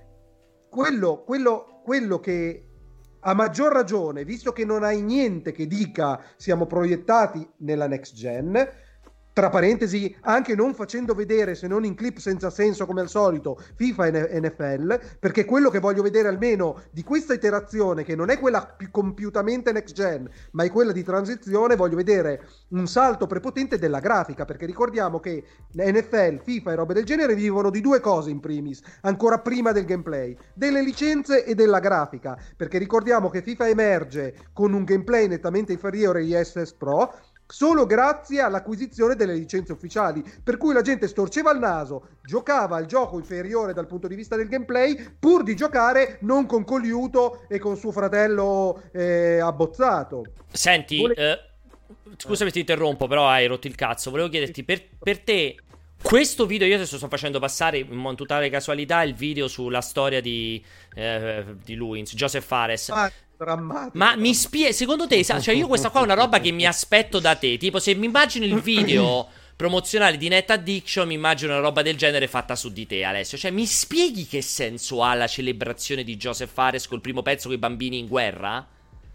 quello che a maggior ragione, visto che non hai niente che dica siamo proiettati nella next gen, tra parentesi, anche non facendo vedere, se non in clip senza senso come al solito, FIFA e NFL, perché quello che voglio vedere almeno di questa iterazione, che non è quella più compiutamente next gen, ma è quella di transizione, voglio vedere un salto prepotente della grafica, perché ricordiamo che NFL, FIFA e robe del genere vivono di due cose in primis, ancora prima del gameplay, delle licenze e della grafica, perché ricordiamo che FIFA emerge con un gameplay nettamente inferiore agli SS Pro, solo grazie all'acquisizione delle licenze ufficiali, per cui la gente storceva il naso, giocava al gioco inferiore dal punto di vista del gameplay, pur di giocare non con Coliuto e con suo fratello abbozzato. Senti, scusami se ti interrompo, però hai rotto il cazzo. Volevo chiederti, per te questo video, io adesso sto facendo passare in totale casualità il video sulla storia di Luins, Joseph Fares. Ma mi spieghi, secondo te, cioè io questa qua è una roba che mi aspetto da te, tipo se mi immagino il video promozionale di Net Addiction, mi immagino una roba del genere fatta su di te, Alessio. Cioè, mi spieghi che senso ha la celebrazione di Joseph Fares col primo pezzo con i bambini in guerra?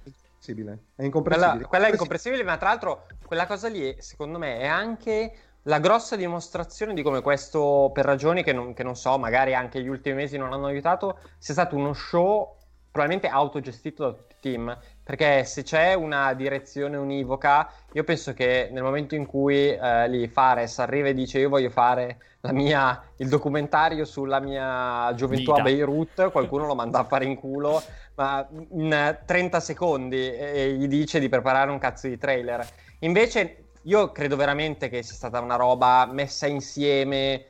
È incomprensibile. Quella è incomprensibile, ma tra l'altro quella cosa lì, secondo me, è anche la grossa dimostrazione di come questo, per ragioni che non so, magari anche gli ultimi mesi non hanno aiutato, sia stato uno show probabilmente autogestito da tutti i team. Perché se c'è una direzione univoca, io penso che nel momento in cui lì Fares arriva e dice io voglio fare il documentario sulla mia gioventù a Beirut, qualcuno lo manda a fare in culo, ma in 30 secondi e gli dice di preparare un cazzo di trailer. Invece io credo veramente che sia stata una roba messa insieme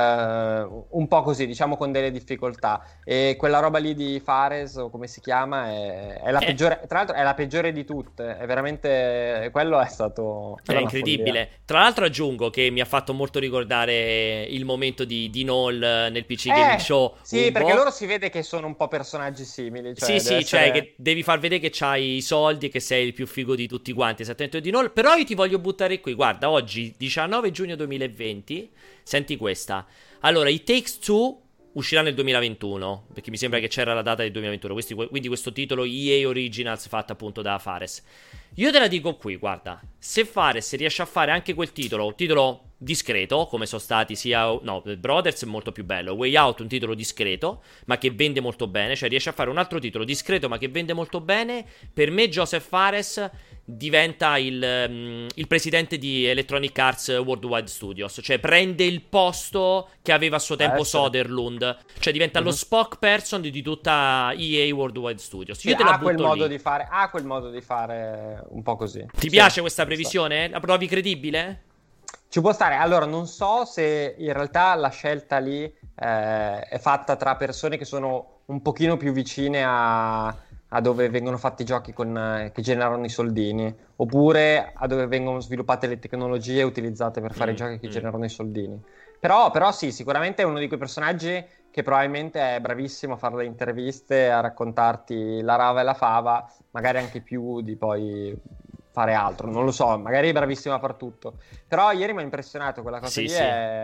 un po' così, diciamo, con delle difficoltà, e quella roba lì di Fares, o come si chiama, è la peggiore, tra l'altro è la peggiore di tutte, è veramente, quello è stato è incredibile. Tra l'altro aggiungo che mi ha fatto molto ricordare il momento di Noel nel PC Gaming Show. Sì, perché loro si vede che sono un po' personaggi simili, cioè cioè che devi far vedere che c'hai i soldi e che sei il più figo di tutti quanti, esattamente di Noel. Però io ti voglio buttare qui, guarda, oggi 19 giugno 2020, senti questa. Allora, It Takes Two uscirà nel 2021, perché mi sembra che c'era la data del 2021, quindi questo titolo EA Originals fatto appunto da Fares. Io te la dico qui, guarda, se Fares riesce a fare anche quel titolo, un titolo discreto, come sono stati Brothers è molto più bello, Way Out un titolo discreto, ma che vende molto bene, cioè riesce a fare un altro titolo discreto ma che vende molto bene, per me Joseph Fares diventa il presidente di Electronic Arts Worldwide Studios, cioè prende il posto che aveva a suo tempo Soderlund, cioè diventa lo spokesperson di tutta EA Worldwide Studios. Io te la butto quel modo di fare, ha quel modo di fare un po' così. Ti piace questa previsione? La provi credibile? Ci può stare. Allora, non so se in realtà la scelta lì è fatta tra persone che sono un pochino più vicine a dove vengono fatti i giochi che generano i soldini, oppure a dove vengono sviluppate le tecnologie utilizzate per fare i giochi che generano i soldini. Però sì, sicuramente è uno di quei personaggi che probabilmente è bravissimo a fare le interviste, a raccontarti la rava e la fava, magari anche più di poi fare altro, non lo so, magari è bravissimo a far tutto. Però ieri mi ha impressionato quella cosa lì.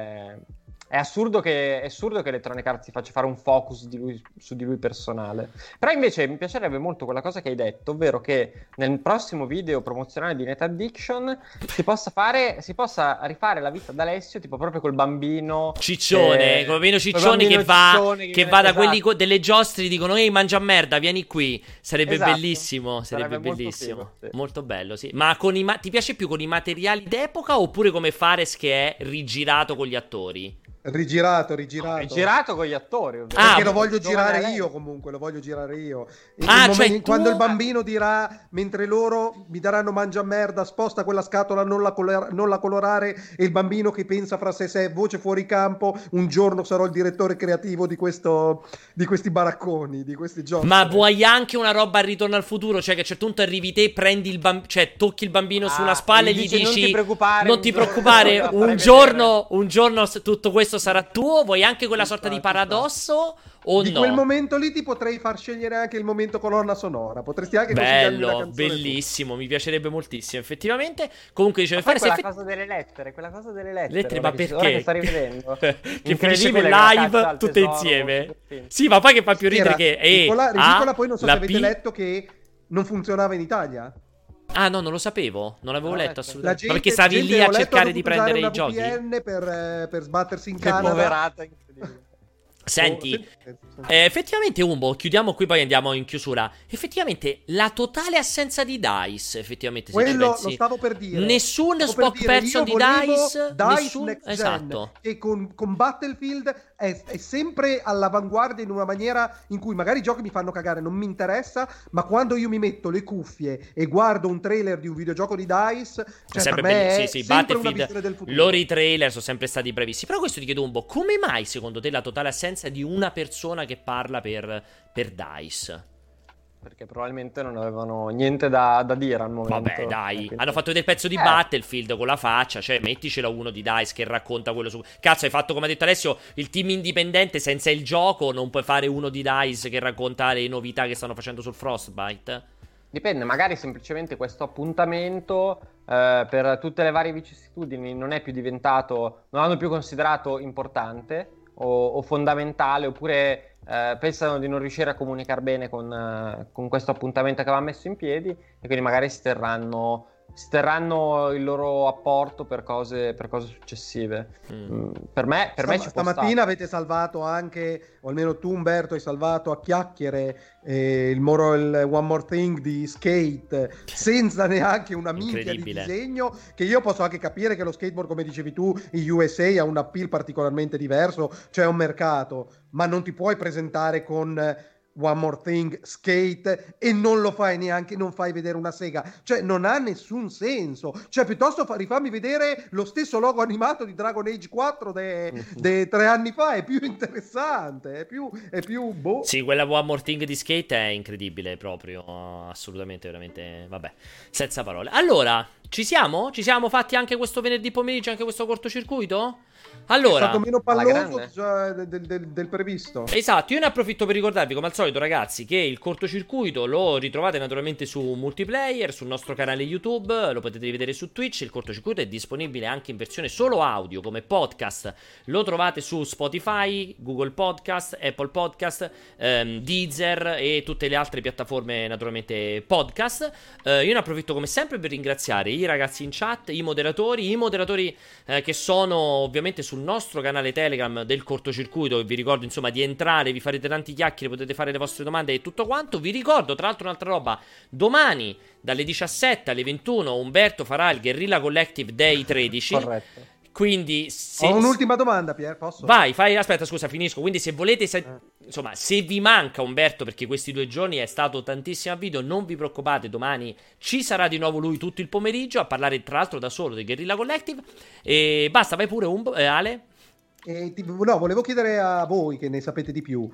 È assurdo che Electronic Arts ti faccia fare un focus su di lui personale. Però invece mi piacerebbe molto quella cosa che hai detto, ovvero che nel prossimo video promozionale di Net Addiction si possa rifare la vita d'Alessio, tipo proprio col bambino ciccione, col bambino ciccione che va da quelli delle giostre, dicono ehi mangia merda, vieni qui. Sarebbe bellissimo, sarebbe bellissimo, figo, molto bello, sì. Ma ti piace più con i materiali d'epoca oppure come Fares che è rigirato con gli attori? Rigirato con gli attori, perché lo voglio girare io, comunque lo voglio girare io. Quando il bambino dirà, mentre loro mi daranno mangia merda, sposta quella scatola, non la colorare, e il bambino che pensa fra sé voce fuori campo, un giorno sarò il direttore creativo di questi baracconi, di questi giochi. Ma vuoi anche una roba al Ritorno al futuro, cioè che a un certo punto arrivi te, prendi il bambino, cioè tocchi il bambino su una spalla e gli dici non ti preoccupare, un giorno tutto questo sarà tuo. Vuoi anche quella sorta di paradosso o di quel momento lì ti potrei far scegliere anche il momento colonna sonora, potresti anche bello, bellissimo, mi piacerebbe moltissimo effettivamente. Comunque dicevo quella cosa delle lettere, ma perché? Ora che sto rivedendo che finisce con live tutte insieme. Sì, ma poi che fa più ridere che Ridicola, poi non so se avete letto che non funzionava in Italia. Ah no, non lo sapevo, non l'avevo letto assolutamente. Ma perché stavi lì a cercare di prendere i giochi? Per sbattersi in Canada. Poverata incredibile. Senti, effettivamente Umbo, chiudiamo qui poi andiamo in chiusura. Effettivamente la totale assenza di DICE, effettivamente quello lo stavo per dire. Nessun spokesperson di DICE esatto. E con Battlefield è sempre all'avanguardia in una maniera in cui magari i giochi mi fanno cagare, non mi interessa, ma quando io mi metto le cuffie e guardo un trailer di un videogioco di DICE, cioè per me è sempre Battlefield, una visione del futuro. Loro i trailer sono sempre stati bravissimi. Però questo ti chiedo Umbo, come mai secondo te la totale assenza di una persona che parla per DICE? Perché probabilmente non avevano niente da dire al momento. Vabbè, dai, hanno fatto del pezzo di Battlefield con la faccia, cioè metticelo uno di DICE che racconta quello su... Cazzo, hai fatto, come ha detto Alessio, il team indipendente senza il gioco, non puoi fare uno di DICE che racconta le novità che stanno facendo sul Frostbite? Dipende, magari semplicemente questo appuntamento per tutte le varie vicissitudini non è più diventato, non hanno più considerato importante o fondamentale, oppure pensano di non riuscire a comunicare bene con questo appuntamento che aveva messo in piedi, e quindi magari si terranno il loro apporto per cose successive. Per me ci può stamattina stare. avete salvato anche, o almeno tu Umberto hai salvato a chiacchiere il One More Thing di Skate senza neanche una minchia di disegno, che io posso anche capire che lo skateboard, come dicevi tu, in USA ha un appeal particolarmente diverso, cioè un mercato, ma non ti puoi presentare con One More Thing Skate e non lo fai neanche, non fai vedere una sega, cioè non ha nessun senso. Cioè piuttosto rifammi vedere lo stesso logo animato di Dragon Age 4 de 3 anni fa, è più interessante, è più boh. Sì, quella One More Thing di Skate è incredibile proprio, assolutamente, veramente, vabbè, senza parole. Allora, ci siamo? Ci siamo fatti anche questo venerdì pomeriggio, anche questo cortocircuito? Allora, è stato meno palloso del previsto. Esatto, io ne approfitto per ricordarvi come al solito, ragazzi, che il cortocircuito lo ritrovate naturalmente su Multiplayer, sul nostro canale YouTube, lo potete rivedere su Twitch. Il cortocircuito è disponibile anche in versione solo audio come podcast, lo trovate su Spotify, Google Podcast, Apple Podcast, Deezer e tutte le altre piattaforme naturalmente podcast. Io ne approfitto come sempre per ringraziare i ragazzi in chat, i moderatori che sono ovviamente sul nostro canale Telegram del cortocircuito. Vi ricordo insomma di entrare, vi farete tanti chiacchiere, potete fare le vostre domande e tutto quanto. Vi ricordo tra l'altro un'altra roba: domani dalle 17 alle 21 Umberto farà il Guerrilla Collective Day 13. Corretto. Quindi ho un'ultima domanda, Pier, posso? Vai, aspetta, scusa, finisco. Quindi se volete, insomma, se vi manca Umberto, perché questi 2 giorni è stato tantissimo a video, non vi preoccupate, domani ci sarà di nuovo lui tutto il pomeriggio a parlare tra l'altro da solo del Guerrilla Collective. E basta, vai pure Ale. No, volevo chiedere a voi che ne sapete di più.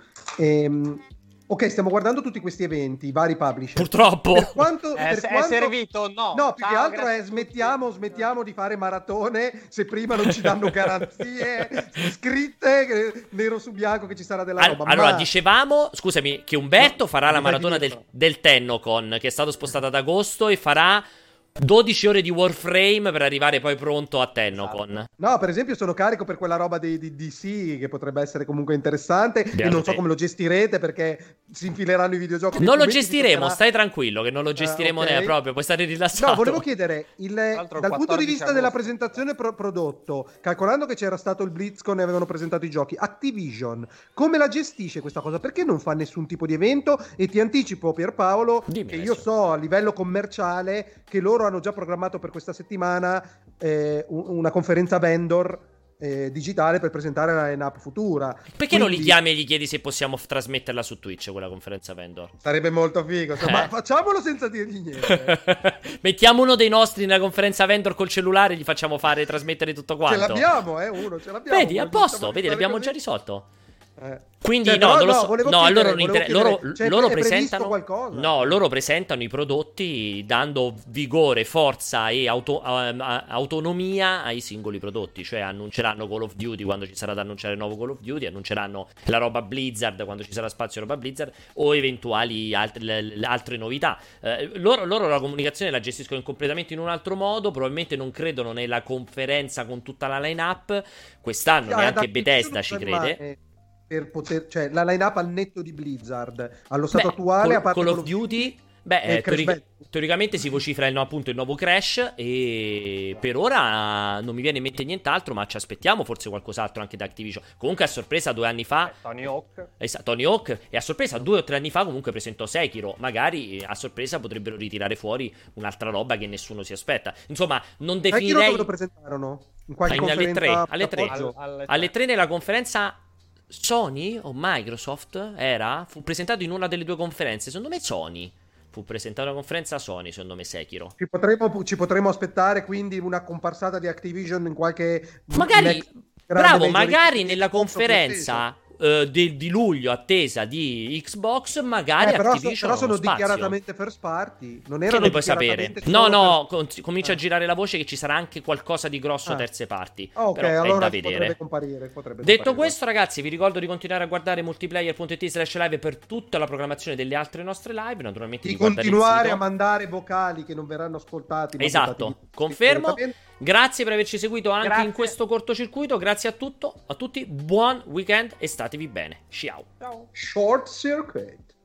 Ok, stiamo guardando tutti questi eventi, vari publisher. Purtroppo. Per quanto è servito? No. No, più che altro è smettiamo di fare maratone se prima non ci danno garanzie scritte nero su bianco che ci sarà della roba. Allora, dicevamo, scusami, che Umberto farà la maratona del Tennocon, che è stato spostata ad agosto, e farà 12 ore di Warframe per arrivare poi pronto a Tennocon. No, per esempio sono carico per quella roba di DC che potrebbe essere comunque interessante, e non so come lo gestirete perché si infileranno i videogiochi. Non lo gestiremo, stai tranquillo che non lo gestiremo proprio, puoi stare rilassato. No, volevo chiedere, dal punto di vista della presentazione prodotto, calcolando che c'era stato il BlizzCon e avevano presentato i giochi, Activision come la gestisce questa cosa? Perché non fa nessun tipo di evento? E ti anticipo, Pierpaolo, che io so a livello commerciale che loro hanno già programmato per questa settimana una conferenza vendor digitale per presentare la line-up futura. Perché non li chiami e gli chiedi se possiamo trasmetterla su Twitch quella conferenza vendor? Sarebbe molto figo, ma facciamolo senza dirgli niente. Mettiamo uno dei nostri nella conferenza vendor col cellulare e gli facciamo trasmettere tutto quanto. Ce l'abbiamo, uno ce l'abbiamo. Vedi, a posto, vedi, l'abbiamo già risolto. Quindi loro presentano i prodotti dando vigore, forza e autonomia ai singoli prodotti, cioè annunceranno Call of Duty quando ci sarà da annunciare il nuovo Call of Duty, annunceranno la roba Blizzard quando ci sarà spazio roba Blizzard o eventuali altre novità. Loro la comunicazione la gestiscono completamente in un altro modo, probabilmente non credono nella conferenza con tutta la line-up, quest'anno neanche Bethesda ci crede. Per poter, cioè la line-up al netto di Blizzard allo stato attuale, a parte Call of Duty, teoricamente si vocifera appunto il nuovo Crash, e per ora non mi viene in mente nient'altro, ma ci aspettiamo forse qualcos'altro anche da Activision. Comunque a sorpresa 2 anni fa Tony Hawk, e a sorpresa 2 o 3 anni fa comunque presentò Sekiro. Magari a sorpresa potrebbero ritirare fuori un'altra roba che nessuno si aspetta. Insomma, non definirei. Sekiro dove lo presentarono? In qualche conferenza? Alle 3 nella conferenza Sony o Microsoft fu presentato in una delle 2 conferenze. Secondo me Sony fu presentato una conferenza Sony, secondo me Sekiro. Ci potremo aspettare quindi una comparsata di Activision in qualche magari nella conferenza di luglio attesa di Xbox, magari Activision però sono spazio. dichiaratamente first party, non Che erano noi puoi sapere. No, comincia a girare la voce che ci sarà anche qualcosa di grosso terze parti. Ok, però allora è da vedere. potrebbe Detto questo, ragazzi, vi ricordo di continuare a guardare multiplayer.it/live per tutta la programmazione delle altre nostre live, naturalmente di continuare a mandare vocali che non verranno ascoltati. Esatto, confermo. Grazie per averci seguito anche in questo cortocircuito. Grazie a tutti, buon weekend e statevi bene. Ciao. Short circuit.